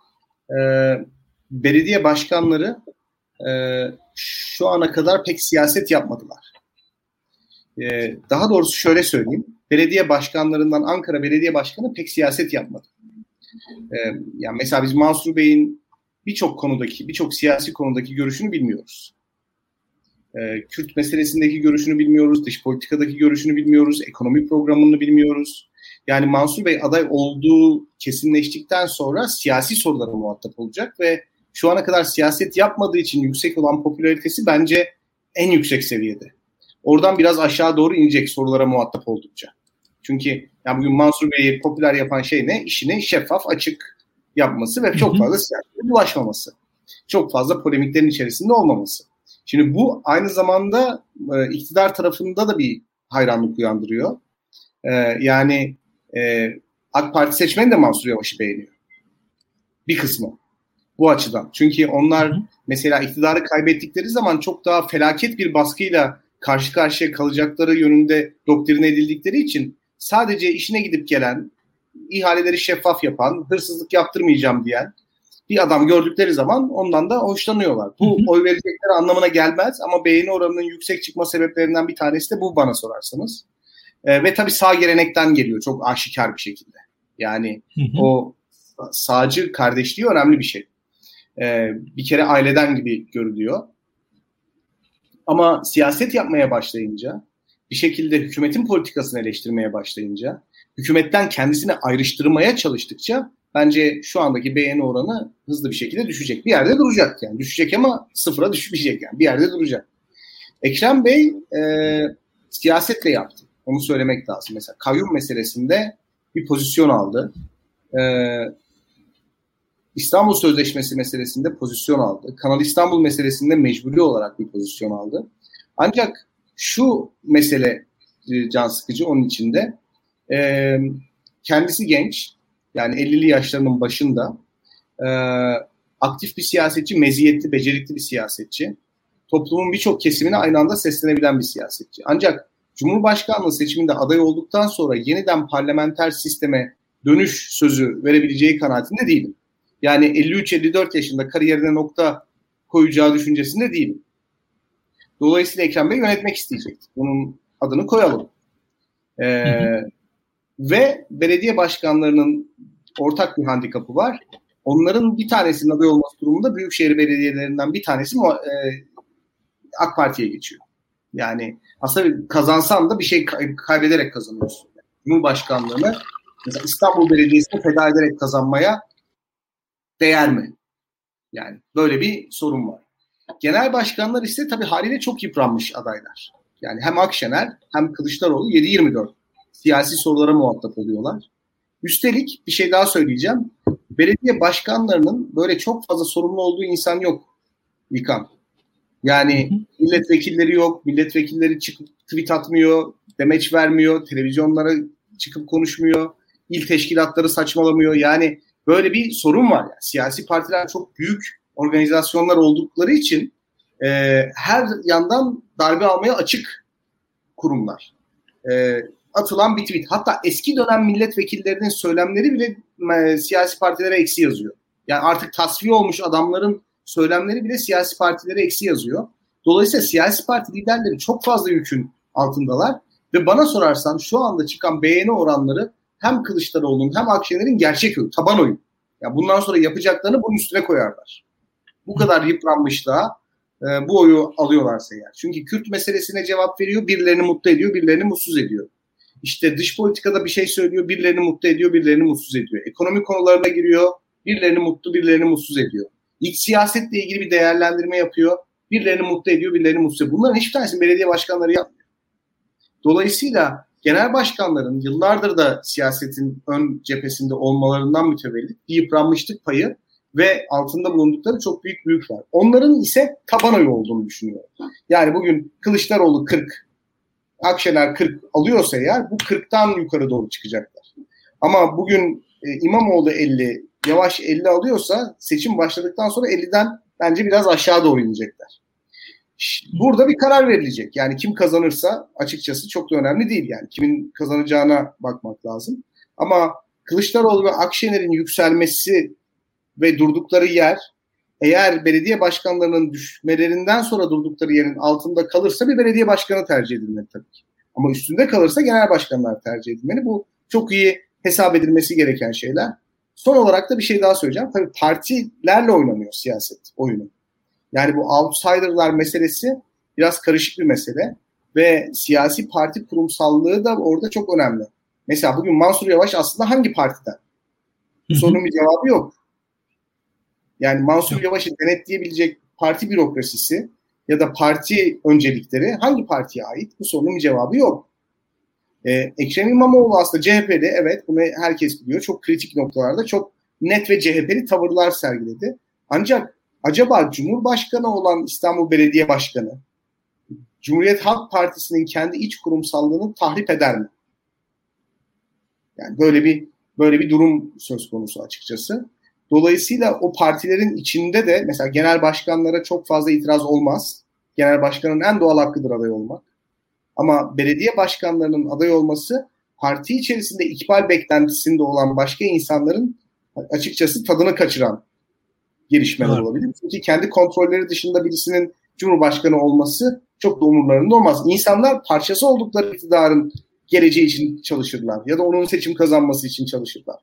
belediye başkanları şu ana kadar pek siyaset yapmadılar. Daha doğrusu şöyle söyleyeyim. Belediye başkanlarından Ankara Belediye Başkanı pek siyaset yapmadı. Yani mesela biz Mansur Bey'in birçok siyasi konudaki görüşünü bilmiyoruz. Kürt meselesindeki görüşünü bilmiyoruz, dış politikadaki görüşünü bilmiyoruz, ekonomi programını bilmiyoruz. Yani Mansur Bey aday olduğu kesinleştikten sonra siyasi sorulara muhatap olacak ve şu ana kadar siyaset yapmadığı için yüksek olan popülaritesi bence en yüksek seviyede. Oradan biraz aşağı doğru inecek sorulara muhatap oldukça. Çünkü yani bugün Mansur Bey'i popüler yapan şey ne? İşini şeffaf, açık yapması ve çok fazla siyasete bulaşmaması. Çok fazla polemiklerin içerisinde olmaması. Şimdi bu aynı zamanda iktidar tarafında da bir hayranlık uyandırıyor. Yani AK Parti seçmeni de Mansur Yavaş'ı beğeniyor. Bir kısmı. Bu açıdan. Çünkü onlar mesela iktidarı kaybettikleri zaman çok daha felaket bir baskıyla karşı karşıya kalacakları yönünde doktrine edildikleri için sadece işine gidip gelen, ihaleleri şeffaf yapan, hırsızlık yaptırmayacağım diyen bir adam gördükleri zaman ondan da hoşlanıyorlar. Bu oy verecekleri anlamına gelmez ama beğeni oranının yüksek çıkma sebeplerinden bir tanesi de bu bana sorarsanız. Ve tabii sağ gelenekten geliyor çok aşikar bir şekilde. Yani o sağcı kardeşliği önemli bir şey. Bir kere aileden gibi görülüyor. Ama siyaset yapmaya başlayınca, bir şekilde hükümetin politikasını eleştirmeye başlayınca, hükümetten kendisini ayrıştırmaya çalıştıkça bence şu andaki beğeni oranı hızlı bir şekilde düşecek. Bir yerde duracak yani. Düşecek ama sıfıra düşmeyecek yani. Bir yerde duracak. Ekrem Bey siyasetle yaptı. Onu söylemek lazım. Mesela kayyum meselesinde bir pozisyon aldı. İstanbul Sözleşmesi meselesinde pozisyon aldı. Kanal İstanbul meselesinde mecburi olarak bir pozisyon aldı. Ancak şu mesele can sıkıcı onun içinde. Kendisi genç. Yani 50'li yaşlarının başında. Aktif bir siyasetçi, meziyetli, becerikli bir siyasetçi. Toplumun birçok kesimine aynı anda seslenebilen bir siyasetçi. Ancak Cumhurbaşkanlığı seçiminde aday olduktan sonra yeniden parlamenter sisteme dönüş sözü verebileceği kanaatinde değilim. Yani 53-54 yaşında kariyerine nokta koyacağı düşüncesinde değilim. Dolayısıyla Ekrem Bey yönetmek isteyecek. Bunun adını koyalım. Ve belediye başkanlarının ortak bir handikapı var. Onların bir tanesinin aday olması durumunda büyükşehir belediyelerinden bir tanesi AK Parti'ye geçiyor. Yani aslında kazansan da bir şey kaybederek kazanıyorsun. Cumhurbaşkanlığını mesela İstanbul Belediyesi'ni feda ederek kazanmaya değer mi? Yani böyle bir sorun var. Genel başkanlar ise tabii haliyle çok yıpranmış adaylar. Yani hem Akşener hem Kılıçdaroğlu 7-24 siyasi sorulara muhatap oluyorlar. Üstelik bir şey daha söyleyeceğim. Belediye başkanlarının böyle çok fazla sorumlu olduğu insan yok İlkan. Yani milletvekilleri yok. Milletvekilleri çıkıp tweet atmıyor, demeç vermiyor, televizyonlara çıkıp konuşmuyor. İl teşkilatları saçmalamıyor. Yani böyle bir sorun var. Yani siyasi partiler çok büyük organizasyonlar oldukları için her yandan darbe almaya açık kurumlar. Atılan bir tweet. Hatta eski dönem milletvekillerinin söylemleri bile siyasi partilere eksi yazıyor. Yani artık tasfiye olmuş adamların söylemleri bile siyasi partilere eksi yazıyor. Dolayısıyla siyasi parti liderleri çok fazla yükün altındalar. Ve bana sorarsan şu anda çıkan beğeni oranları hem Kılıçdaroğlu'nun hem Akşener'in gerçek oyu, taban oyu. Yani bundan sonra yapacaklarını bunun üstüne koyarlar. Bu kadar yıpranmışlığa bu oyu alıyorlarsa eğer. Çünkü Kürt meselesine cevap veriyor, birilerini mutlu ediyor, birilerini mutsuz ediyor. İşte dış politikada bir şey söylüyor, birilerini mutlu ediyor, birilerini mutsuz ediyor. Ekonomi konularına giriyor, birilerini mutlu, birilerini mutsuz ediyor. İç siyasetle ilgili bir değerlendirme yapıyor, birilerini mutlu ediyor, birilerini mutsuz ediyor. Bunların hiçbir tanesini belediye başkanları yapmıyor. Dolayısıyla genel başkanların yıllardır da siyasetin ön cephesinde olmalarından mütevellit bir yıpranmışlık payı ve altında bulundukları çok büyük bir yük var. Onların ise taban oyu olduğunu düşünüyorum. Yani bugün Kılıçdaroğlu 40, Akşener 40 alıyorsa eğer bu 40'tan yukarı doğru çıkacaklar. Ama bugün İmamoğlu 50, Yavaş 50 alıyorsa seçim başladıktan sonra 50'den bence biraz aşağı doğru inecekler. Burada bir karar verilecek. Yani kim kazanırsa açıkçası çok da önemli değil. Yani kimin kazanacağına bakmak lazım. Ama Kılıçdaroğlu ve Akşener'in yükselmesi ve durdukları yer eğer belediye başkanlarının düşmelerinden sonra durdukları yerin altında kalırsa bir belediye başkanı tercih edilmeli tabii ki. Ama üstünde kalırsa genel başkanlar tercih edilmeli. Bu çok iyi hesap edilmesi gereken şeyler. Son olarak da bir şey daha söyleyeceğim. Tabii partilerle oynanıyor siyaset oyunu. Yani bu outsider'lar meselesi biraz karışık bir mesele ve siyasi parti kurumsallığı da orada çok önemli. Mesela bugün Mansur Yavaş aslında hangi partiden? Bu sorunun bir cevabı yok. Yani Mansur Yavaş'ı denetleyebilecek parti bürokrasisi ya da parti öncelikleri hangi partiye ait? Bu sorunun bir cevabı yok. Ekrem İmamoğlu aslında CHP'li, evet bunu herkes biliyor. Çok kritik noktalarda çok net ve CHP'li tavırlar sergiledi. Ancak acaba Cumhurbaşkanı olan İstanbul Belediye Başkanı Cumhuriyet Halk Partisi'nin kendi iç kurumsallığını tahrip eder mi? Yani böyle bir durum söz konusu açıkçası. Dolayısıyla o partilerin içinde de mesela genel başkanlara çok fazla itiraz olmaz. Genel başkanın en doğal hakkıdır aday olmak. Ama belediye başkanlarının aday olması parti içerisinde ikbal beklentisinde olan başka insanların açıkçası tadını kaçıran gelişmeler olabilir. Çünkü kendi kontrolleri dışında birisinin Cumhurbaşkanı olması çok da umurlarında olmaz. İnsanlar parçası oldukları iktidarın geleceği için çalışırlar ya da onun seçim kazanması için çalışırlar.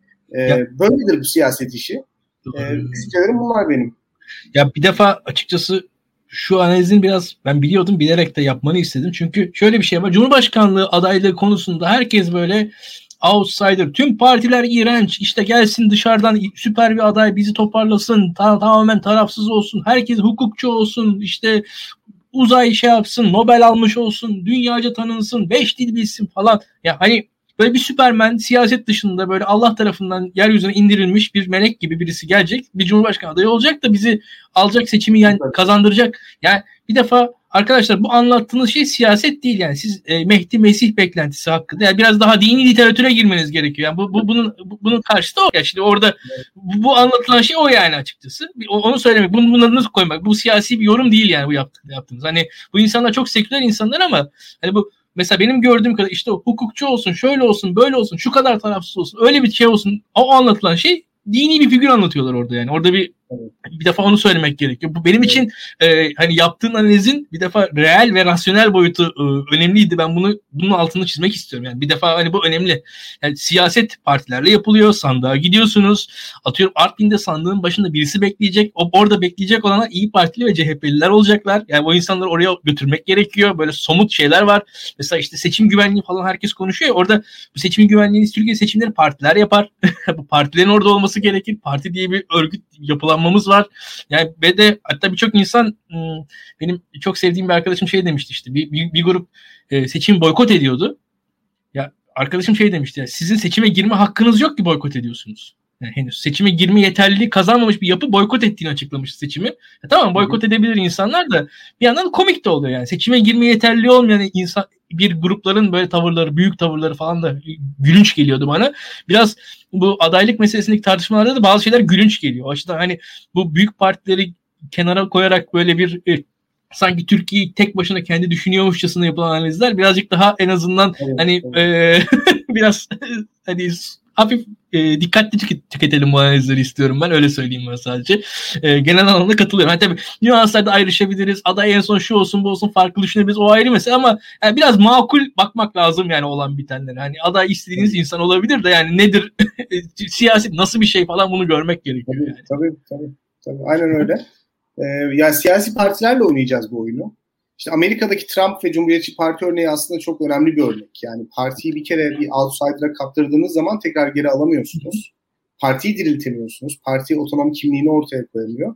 Böyledir bu siyaset işi. Düşüncelerim bunlar benim. Ya bir defa açıkçası şu analizin biraz ben biliyordum, bilerek de yapmanı istedim. Çünkü şöyle bir şey var. Cumhurbaşkanlığı adaylığı konusunda herkes böyle outsider. Tüm partiler iğrenç. İşte gelsin dışarıdan süper bir aday bizi toparlasın. Tamamen tarafsız olsun. Herkes hukukçu olsun. İşte uzay şey yapsın. Nobel almış olsun. Dünyaca tanınsın. 5 dil bilsin falan. Ya hani böyle bir Süperman siyaset dışında böyle Allah tarafından yeryüzüne indirilmiş bir melek gibi birisi gelecek. Bir cumhurbaşkanı adayı olacak da bizi alacak, seçimi yani kazandıracak. Yani bir defa arkadaşlar bu anlattığınız şey siyaset değil yani. Siz Mehdi Mesih beklentisi hakkında yani biraz daha dini literatüre girmeniz gerekiyor. Yani bunun karşıtı o. Yani şimdi orada bu anlatılan şey o yani açıkçası. Onu söylemek, bunun adını koymak. Bu siyasi bir yorum değil yani bu yaptığınız. Hani bu insanlar çok seküler insanlar ama hani bu mesela benim gördüğüm kadar işte hukukçu olsun, şöyle olsun, böyle olsun, şu kadar tarafsız olsun, öyle bir şey olsun. O anlatılan şey dini bir figür anlatıyorlar orada yani. Orada bir defa onu söylemek gerekiyor. Bu benim için hani yaptığın analizin bir defa reel ve rasyonel boyutu önemliydi. Ben bunun altını çizmek istiyorum. Yani bir defa hani bu önemli. Yani siyaset partilerle yapılıyor. Sandığa gidiyorsunuz. Atıyorum Artvin'de sandığın başında birisi bekleyecek. Orada bekleyecek olanlar İYİ Partili ve CHP'liler olacaklar. Yani o insanları oraya götürmek gerekiyor. Böyle somut şeyler var. Mesela işte seçim güvenliği falan herkes konuşuyor ya. Orada bu seçim güvenliğini Türkiye seçimleri partiler yapar. Bu partilerin orada olması gerekir. Parti diye bir örgüt yapılanmamız var. Yani ve de hatta birçok insan benim çok sevdiğim bir arkadaşım şey demişti işte bir grup seçim boykot ediyordu. Ya arkadaşım şey demişti ya sizin seçime girme hakkınız yok ki boykot ediyorsunuz. Yani henüz seçime girme yeterliliği kazanmamış bir yapı boykot ettiğini açıklamış seçimi. Ya tamam boykot edebilir insanlar da bir yandan komik de oluyor yani. Seçime girme yeterliliği olmayan insan bir grupların böyle tavırları, büyük tavırları falan da gülünç geliyordu bana. Biraz bu adaylık meselesindeki tartışmalarda da bazı şeyler gülünç geliyor. O açıdan hani bu büyük partileri kenara koyarak böyle bir sanki Türkiye'yi tek başına kendi düşünüyormuşçasına yapılan analizler birazcık daha en azından evet, hani evet. Biraz hani hafif dikkatli tüketelim bu analizleri istiyorum ben. Öyle söyleyeyim ben sadece. Genel anlamda katılıyorum. Yani tabii nüanslarda ayrışabiliriz. Aday en son şu olsun bu olsun farklı düşünebiliriz. O ayrı mesele ama yani biraz makul bakmak lazım yani olan bitenlere. Hani aday istediğiniz insan olabilir de yani nedir siyaset nasıl bir şey falan bunu görmek gerekiyor. Yani. Tabii. Aynen öyle. Yani siyasi partilerle oynayacağız bu oyunu. İşte Amerika'daki Trump ve Cumhuriyetçi Parti örneği aslında çok önemli bir örnek. Yani partiyi bir kere bir outsider'a kaptırdığınız zaman tekrar geri alamıyorsunuz. Partiyi diriltemiyorsunuz. Parti otonom kimliğini ortaya koyamıyor.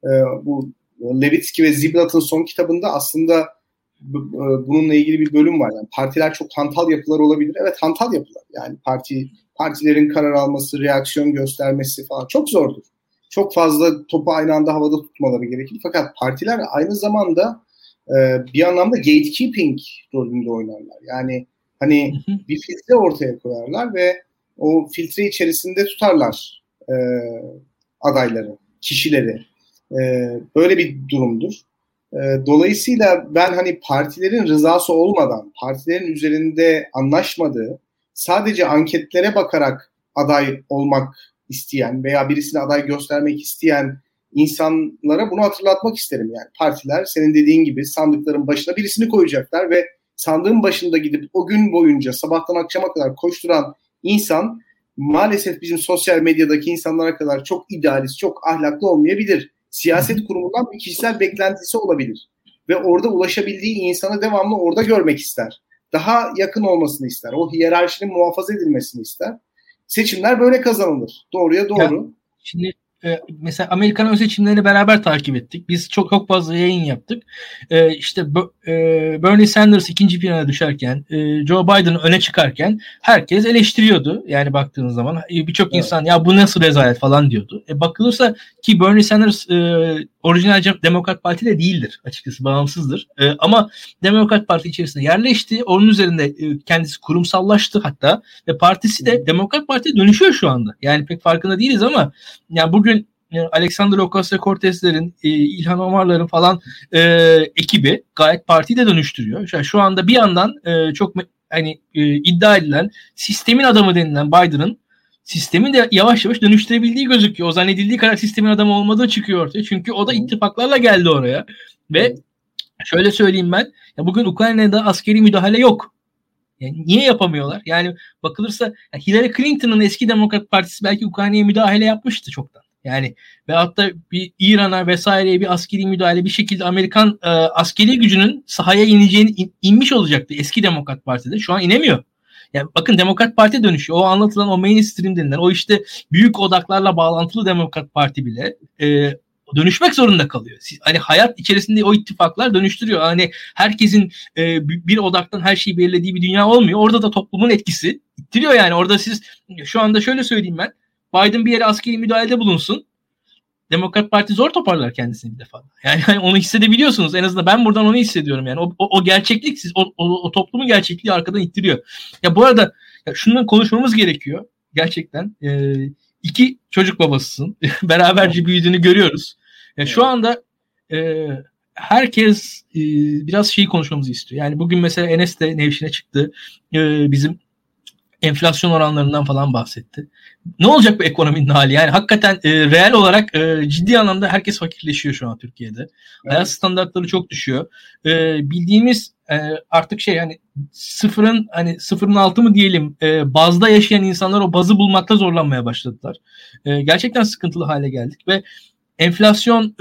Bu Levitsky ve Ziblatt'ın son kitabında aslında bununla ilgili bir bölüm var. Yani partiler çok hantal yapılar olabilir. Evet hantal yapılar. Yani partilerin karar alması, reaksiyon göstermesi falan çok zordur. Çok fazla topu aynı anda havada tutmaları gerekir. Fakat partiler aynı zamanda bir anlamda gatekeeping rolünde oynarlar. Yani hani bir filtre ortaya koyarlar ve o filtre içerisinde tutarlar adayları, kişileri. Böyle bir durumdur. Dolayısıyla ben hani partilerin rızası olmadan, partilerin üzerinde anlaşmadığı, sadece anketlere bakarak aday olmak isteyen veya birisine aday göstermek isteyen insanlara bunu hatırlatmak isterim yani. Partiler senin dediğin gibi sandıkların başına birisini koyacaklar ve sandığın başında gidip o gün boyunca sabahtan akşama kadar koşturan insan maalesef bizim sosyal medyadaki insanlara kadar çok idealist, çok ahlaklı olmayabilir. Siyaset kurumundan bir kişisel beklentisi olabilir. Ve orada ulaşabildiği insanı devamlı orada görmek ister. Daha yakın olmasını ister. O hiyerarşinin muhafaza edilmesini ister. Seçimler böyle kazanılır. Doğruya doğru. Ya, şimdi mesela Amerikan ön seçimlerini beraber takip ettik. Biz çok fazla yayın yaptık. İşte Bernie Sanders ikinci plana düşerken, Joe Biden öne çıkarken herkes eleştiriyordu. Yani baktığınız zaman birçok insan ya bu nasıl rezalet falan diyordu. Bakılırsa ki Bernie Sanders orijinal Demokrat Parti de değildir açıkçası, bağımsızdır. Ama Demokrat Parti içerisinde yerleşti. Onun üzerinde kendisi kurumsallaştı hatta ve partisi de Demokrat Parti'ye dönüşüyor şu anda. Yani pek farkında değiliz ama yani bugün Alexander Ocasio-Cortez'lerin, İlhan Omar'ların falan ekibi gayet partiyi de dönüştürüyor. Yani şu anda bir yandan çok hani iddia edilen sistemin adamı denilen Biden'ın sistemi de yavaş yavaş dönüştürebildiği gözüküyor. O zannedildiği kadar sistemin adamı olmadığı çıkıyor ortaya. Çünkü o da ittifaklarla geldi oraya. Ve şöyle söyleyeyim ben, ya bugün Ukrayna'da askeri müdahale yok. Yani niye yapamıyorlar? Yani bakılırsa Hillary Clinton'ın eski Demokrat Partisi belki Ukrayna'ya müdahale yapmıştı çoktan. Yani ve hatta bir İran'a vesaireye bir askeri müdahale bir şekilde Amerikan askeri gücünün sahaya inmiş olacaktı eski Demokrat Parti'de. Şu an inemiyor. Yani bakın Demokrat Parti dönüşüyor. O anlatılan o mainstream denilen o işte büyük odaklarla bağlantılı Demokrat Parti bile dönüşmek zorunda kalıyor. Hani hayat içerisinde o ittifaklar dönüştürüyor. Hani herkesin bir odaktan her şeyi belirlediği bir dünya olmuyor. Orada da toplumun etkisi ittiriyor yani. Orada siz şu anda şöyle söyleyeyim ben. Biden bir yere askeri müdahalede bulunsun. Demokrat Parti zor toparlar kendisini bir defa. Yani onu hissedebiliyorsunuz. En azından ben buradan onu hissediyorum yani. O gerçeklik o toplumun gerçekliği arkadan ittiriyor. Ya bu arada şundan konuşmamız gerekiyor. Gerçekten iki çocuk babasısın. Beraberce büyüdüğünü görüyoruz. Ya şu anda herkes biraz şeyi konuşmamızı istiyor. Yani bugün mesela Enes de Nevşin'e çıktı. Bizim enflasyon oranlarından falan bahsetti. Ne olacak bu ekonominin hali? Yani hakikaten reel olarak ciddi anlamda herkes fakirleşiyor şu an Türkiye'de. Evet. Hayat standartları çok düşüyor. Bildiğimiz artık şey hani sıfırın altı mı diyelim bazda yaşayan insanlar o bazı bulmakta zorlanmaya başladılar. Gerçekten sıkıntılı hale geldik ve enflasyon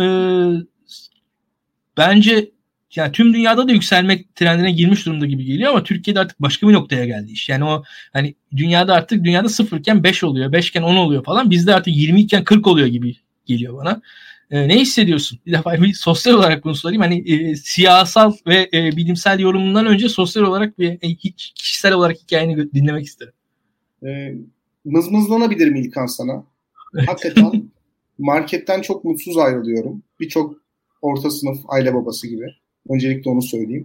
bence yani tüm dünyada da yükselme trendine girmiş durumda gibi geliyor ama Türkiye'de artık başka bir noktaya geldi iş. Yani o hani dünyada sıfırken 5 oluyor, 5'ken 10 oluyor falan. Bizde artık 20 iken 40 oluyor gibi geliyor bana. Ne hissediyorsun? Bir defa bir sosyal olarak bunu sorayım. Hani siyasal ve bilimsel yorumundan önce sosyal olarak ve kişisel olarak hikayeni dinlemek isterim. Mızmızlanabilirim İlkan sana. Evet. Hakikaten marketten çok mutsuz ayrılıyorum. Birçok orta sınıf aile babası gibi. Öncelikle onu söyleyeyim.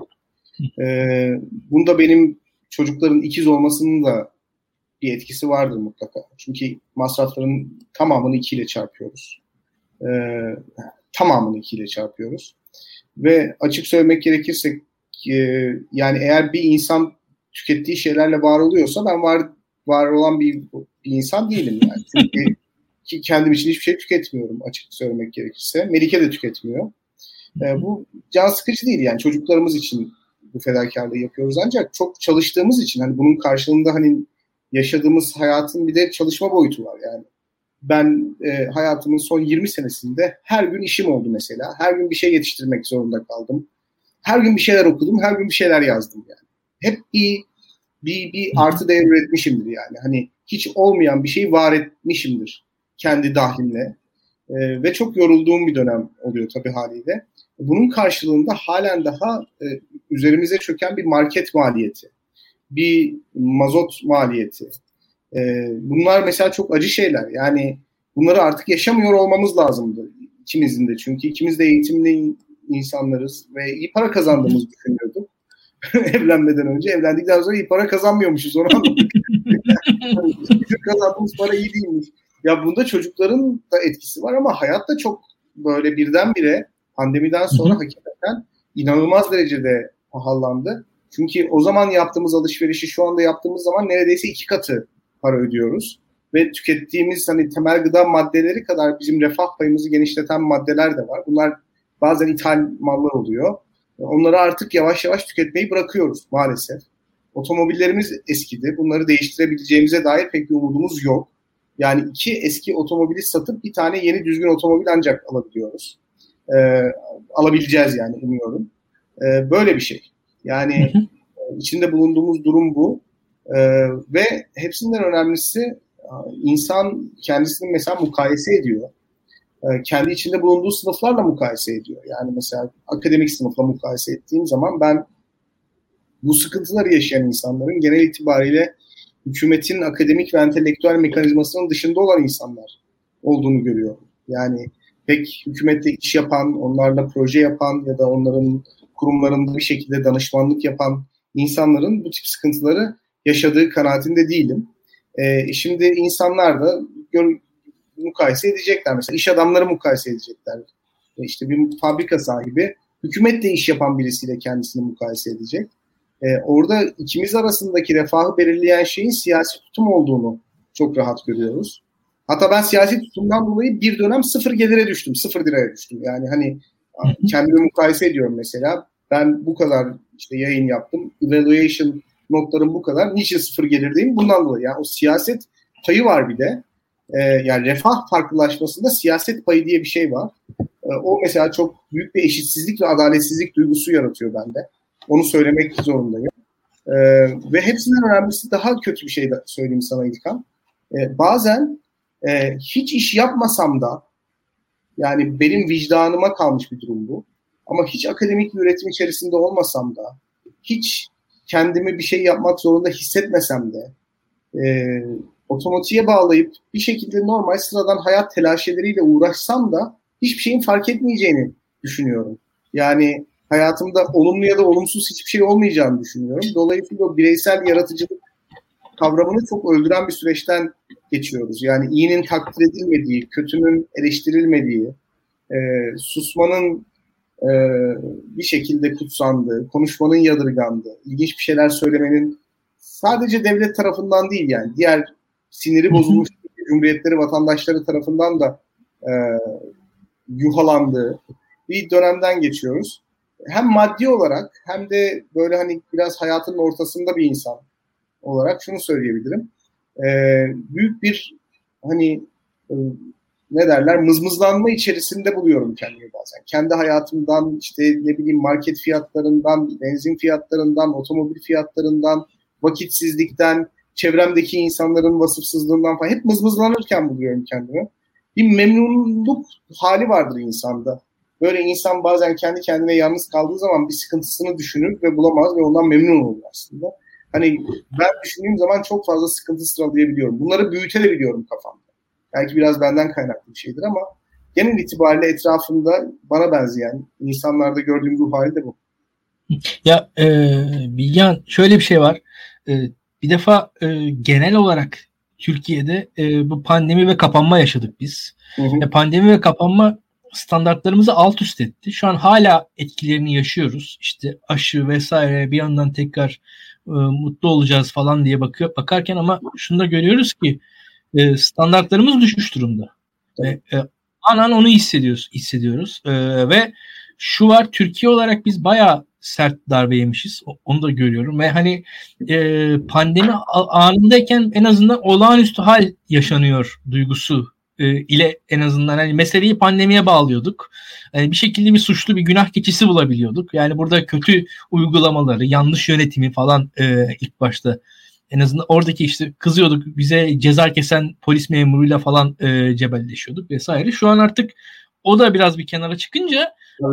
Bunda benim çocukların ikiz olmasının da bir etkisi vardır mutlaka. Çünkü masrafların tamamını 2 ile çarpıyoruz. Tamamını 2 ile çarpıyoruz. Ve açık söylemek gerekirse yani eğer bir insan tükettiği şeylerle var oluyorsa ben var olan bir insan değilim yani. Çünkü ki kendim için hiçbir şey tüketmiyorum açık söylemek gerekirse. Melike de tüketmiyor. Bu can sıkıcı değil yani çocuklarımız için bu fedakarlığı yapıyoruz ancak çok çalıştığımız için hani bunun karşılığında hani yaşadığımız hayatın bir de çalışma boyutu var yani. Ben hayatımın son 20 senesinde her gün işim oldu mesela. Her gün bir şey yetiştirmek zorunda kaldım. Her gün bir şeyler okudum, her gün bir şeyler yazdım yani. Hep bir artı değer üretmişimdir yani. Hani hiç olmayan bir şeyi var etmişimdir kendi dahlimle. Ve çok yorulduğum bir dönem oluyor tabii haliyle. Bunun karşılığında halen daha üzerimize çöken bir market maliyeti, bir mazot maliyeti. Bunlar mesela çok acı şeyler. Yani bunları artık yaşamıyor olmamız lazımdı ikimizin de. Çünkü ikimiz de eğitimli insanlarız ve iyi para kazandığımızı düşünüyorduk. Evlenmeden önce. Evlendikten sonra iyi para kazanmıyormuşuz. Onu anladık. Kazandığımız para iyi değilmiş. Ya bunda çocukların da etkisi var ama hayat da çok böyle birdenbire pandemiden sonra hakikaten inanılmaz derecede pahalandı. Çünkü o zaman yaptığımız alışverişi şu anda yaptığımız zaman neredeyse 2 katı para ödüyoruz. ve tükettiğimiz hani temel gıda maddeleri kadar bizim refah payımızı genişleten maddeler de var. Bunlar bazen ithal mallar oluyor. Onları artık yavaş yavaş tüketmeyi bırakıyoruz maalesef. Otomobillerimiz eskidi. Bunları değiştirebileceğimize dair pek bir umudumuz yok. Yani 2 eski otomobili satıp bir tane yeni düzgün otomobil ancak alabiliyoruz. Alabileceğiz yani, umuyorum. Böyle bir şey. Yani içinde bulunduğumuz durum bu. Ve hepsinden önemlisi insan kendisini mesela mukayese ediyor. Kendi içinde bulunduğu sınıflarla mukayese ediyor. Yani mesela akademik sınıfla mukayese ettiğim zaman ben bu sıkıntıları yaşayan insanların genel itibariyle hükümetin akademik ve entelektüel mekanizmasının dışında olan insanlar olduğunu görüyorum. Yani pek hükümetle iş yapan, onlarla proje yapan ya da onların kurumlarında bir şekilde danışmanlık yapan insanların bu tip sıkıntıları yaşadığı kanaatinde değilim. Şimdi insanlar da mukayese edecekler. Mesela iş adamları mukayese edecekler. İşte bir fabrika sahibi hükümetle iş yapan birisiyle kendisini mukayese edecek. Orada ikimiz arasındaki refahı belirleyen şeyin siyasi tutum olduğunu çok rahat görüyoruz. Hatta ben siyasi tutumdan dolayı bir dönem 0 gelire düştüm. 0 liraya düştüm. Yani hani kendimi mukayese ediyorum mesela. Ben bu kadar işte yayın yaptım. Evaluation notlarım bu kadar. Niçin 0 gelirdeyim? Bundan dolayı. Yani o siyaset payı var bir de. Yani refah farklılaşmasında siyaset payı diye bir şey var. O mesela çok büyük bir eşitsizlik ve adaletsizlik duygusu yaratıyor bende. Onu söylemek zorundayım. Ve hepsinden önemlisi, daha kötü bir şey de söyleyeyim sana İlkan. Bazen hiç iş yapmasam da, yani benim vicdanıma kalmış bir durum bu. Ama hiç akademik bir üretim içerisinde olmasam da, hiç kendimi bir şey yapmak zorunda hissetmesem de, otomatiğe bağlayıp bir şekilde normal sıradan hayat telaşeleriyle uğraşsam da hiçbir şeyin fark etmeyeceğini düşünüyorum. Yani hayatımda olumlu ya da olumsuz hiçbir şey olmayacağını düşünüyorum. Dolayısıyla o bireysel yaratıcılık kavramını çok öldüren bir süreçten geçiyoruz. Yani iyinin takdir edilmediği, kötünün eleştirilmediği, susmanın bir şekilde kutsandığı, konuşmanın yadırgandığı, ilginç bir şeyler söylemenin sadece devlet tarafından değil, yani diğer siniri bozulmuş cumhuriyetleri vatandaşları tarafından da yuhalandığı bir dönemden geçiyoruz. Hem maddi olarak hem de böyle hani biraz hayatının ortasında bir insan olarak şunu söyleyebilirim. Büyük bir hani ne derler, mızmızlanma içerisinde buluyorum kendimi bazen. Kendi hayatımdan, işte ne bileyim market fiyatlarından, benzin fiyatlarından, otomobil fiyatlarından, vakitsizlikten, çevremdeki insanların vasıfsızlığından falan hep mızmızlanırken buluyorum kendimi. Bir memnunluk hali vardır insanda. Böyle insan bazen kendi kendine yalnız kaldığı zaman bir sıkıntısını düşünür ve bulamaz ve ondan memnun olur aslında. Hani ben düşündüğüm zaman çok fazla sıkıntı sıralayabiliyorum. Bunları büyütebiliyorum kafamda. Belki biraz benden kaynaklı bir şeydir ama genel itibariyle etrafımda bana benzeyen insanlarda gördüğüm ruh hali de bu. Ya Bilgehan, şöyle bir şey var. Bir defa genel olarak Türkiye'de bu pandemi ve kapanma yaşadık biz. Pandemi ve kapanma standartlarımızı alt üst etti. Şu an hala etkilerini yaşıyoruz. İşte aşı vesaire, bir yandan tekrar mutlu olacağız falan diye bakarken ama şunu da görüyoruz ki standartlarımız düşmüş durumda. Ve anan onu hissediyoruz. Ve şu var, Türkiye olarak biz bayağı sert darbe yemişiz. Onu da görüyorum. Ve hani pandemi anındayken en azından olağanüstü hal yaşanıyor duygusu ile en azından hani meseleyi pandemiye bağlıyorduk. Yani bir şekilde bir suçlu, bir günah keçisi bulabiliyorduk. Yani burada kötü uygulamaları, yanlış yönetimi falan ilk başta en azından oradaki işte kızıyorduk, bize ceza kesen polis memuruyla falan cebelleşiyorduk vesaire. Şu an artık o da biraz bir kenara çıkınca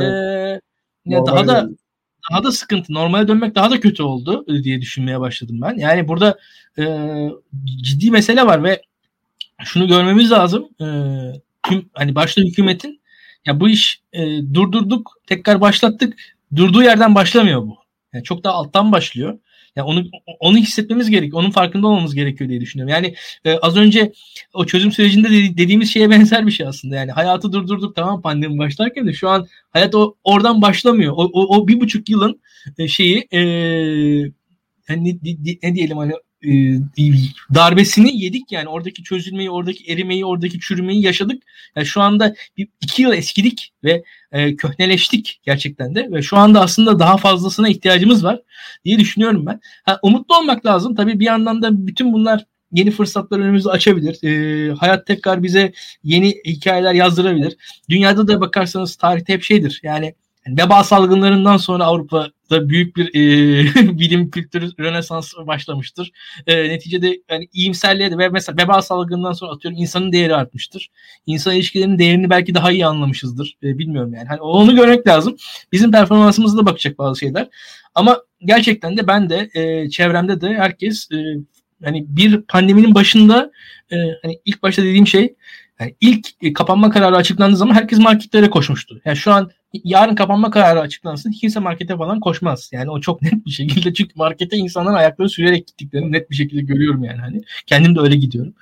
daha da sıkıntı, normale dönmek daha da kötü oldu diye düşünmeye başladım ben. Yani burada ciddi mesele var ve şunu görmemiz lazım. Tüm hani başta hükümetin, ya bu iş durdurduk, tekrar başlattık. Durduğu yerden başlamıyor bu. Yani çok daha alttan başlıyor. Yani onu hissetmemiz gerekiyor. Onun farkında olmamız gerekiyor diye düşünüyorum. Yani az önce o çözüm sürecinde dediğimiz şeye benzer bir şey aslında. Yani hayatı durdurduk, tamam, pandemi başlarken de şu an hayat oradan başlamıyor. O 1,5 yılın şeyi hani ne diyelim, hani darbesini yedik yani. Oradaki çözülmeyi, oradaki erimeyi, oradaki çürümeyi yaşadık. Yani şu anda 2 yıl eskidik ve köhneleştik gerçekten de ve şu anda aslında daha fazlasına ihtiyacımız var diye düşünüyorum ben. Umutlu olmak lazım. Tabii bir yandan da bütün bunlar yeni fırsatlar önümüzde açabilir. Hayat tekrar bize yeni hikayeler yazdırabilir. Dünyada da bakarsanız tarihte hep şeydir. Yani veba salgınlarından sonra Avrupa'da büyük bir bilim kültürü rönesansı başlamıştır. Neticede yani iyimserliğe de ve mesela veba salgınından sonra atıyorum insanın değeri artmıştır. İnsan ilişkilerinin değerini belki daha iyi anlamışızdır. Bilmiyorum yani. Hani onu görmek lazım. Bizim performansımıza da bakacak bazı şeyler. Ama gerçekten de ben de çevremde de herkes hani bir pandeminin başında hani ilk başta dediğim şey yani ilk kapanma kararı açıklandığı zaman herkes marketlere koşmuştu. Yani şu an yarın kapanma kararı açıklansın kimse markete falan koşmaz. Yani o çok net bir şekilde çünkü markete insanların ayakları sürerek gittiklerini net bir şekilde görüyorum yani hani kendim de öyle gidiyorum.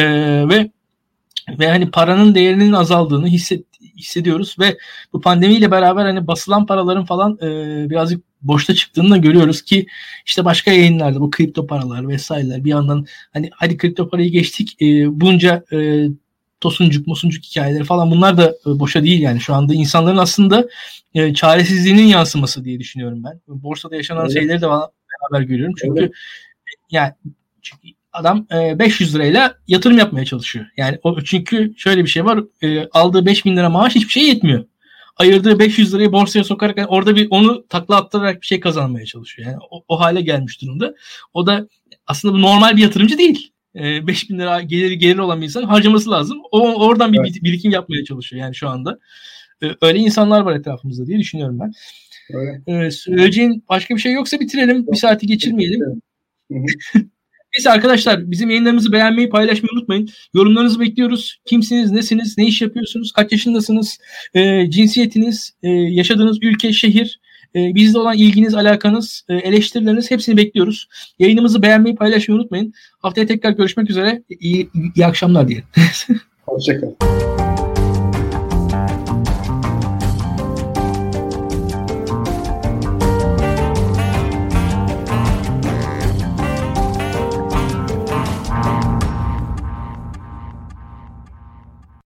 Ve hani paranın değerinin azaldığını hissediyoruz ve bu pandemiyle beraber hani basılan paraların falan birazcık boşta çıktığını da görüyoruz ki işte başka yayınlarda bu kripto paralar vesaireler bir yandan hani hadi kripto parayı geçtik bunca tosuncuk hikayeleri falan bunlar da boşa değil yani şu anda insanların aslında çaresizliğinin yansıması diye düşünüyorum ben. Borsada yaşanan şeyleri de beraber görüyorum çünkü yani adam 500 lirayla yatırım yapmaya çalışıyor. Yani çünkü şöyle bir şey var aldığı 5.000 lira maaş hiçbir şey yetmiyor. Ayırdığı 500 lirayı borsaya sokarak yani orada bir onu takla attırarak bir şey kazanmaya çalışıyor. Yani o hale gelmiş durumda. O da aslında normal bir yatırımcı değil. 5.000 lira geliri olan bir insan harcaması lazım. Oradan bir birikim yapmaya çalışıyor yani şu anda. Öyle insanlar var etrafımızda diye düşünüyorum ben. Söyleyeceğin başka bir şey yoksa bitirelim. Bir saati geçirmeyelim. Neyse arkadaşlar bizim yayınlarımızı beğenmeyi, paylaşmayı unutmayın. Yorumlarınızı bekliyoruz. Kimsiniz, nesiniz, ne iş yapıyorsunuz, kaç yaşındasınız, cinsiyetiniz, yaşadığınız ülke, şehir, bizle olan ilginiz, alakanız, eleştirileriniz hepsini bekliyoruz. Yayınımızı beğenmeyi, paylaşmayı unutmayın. Haftaya tekrar görüşmek üzere. İyi akşamlar diyelim. Hoşçakalın.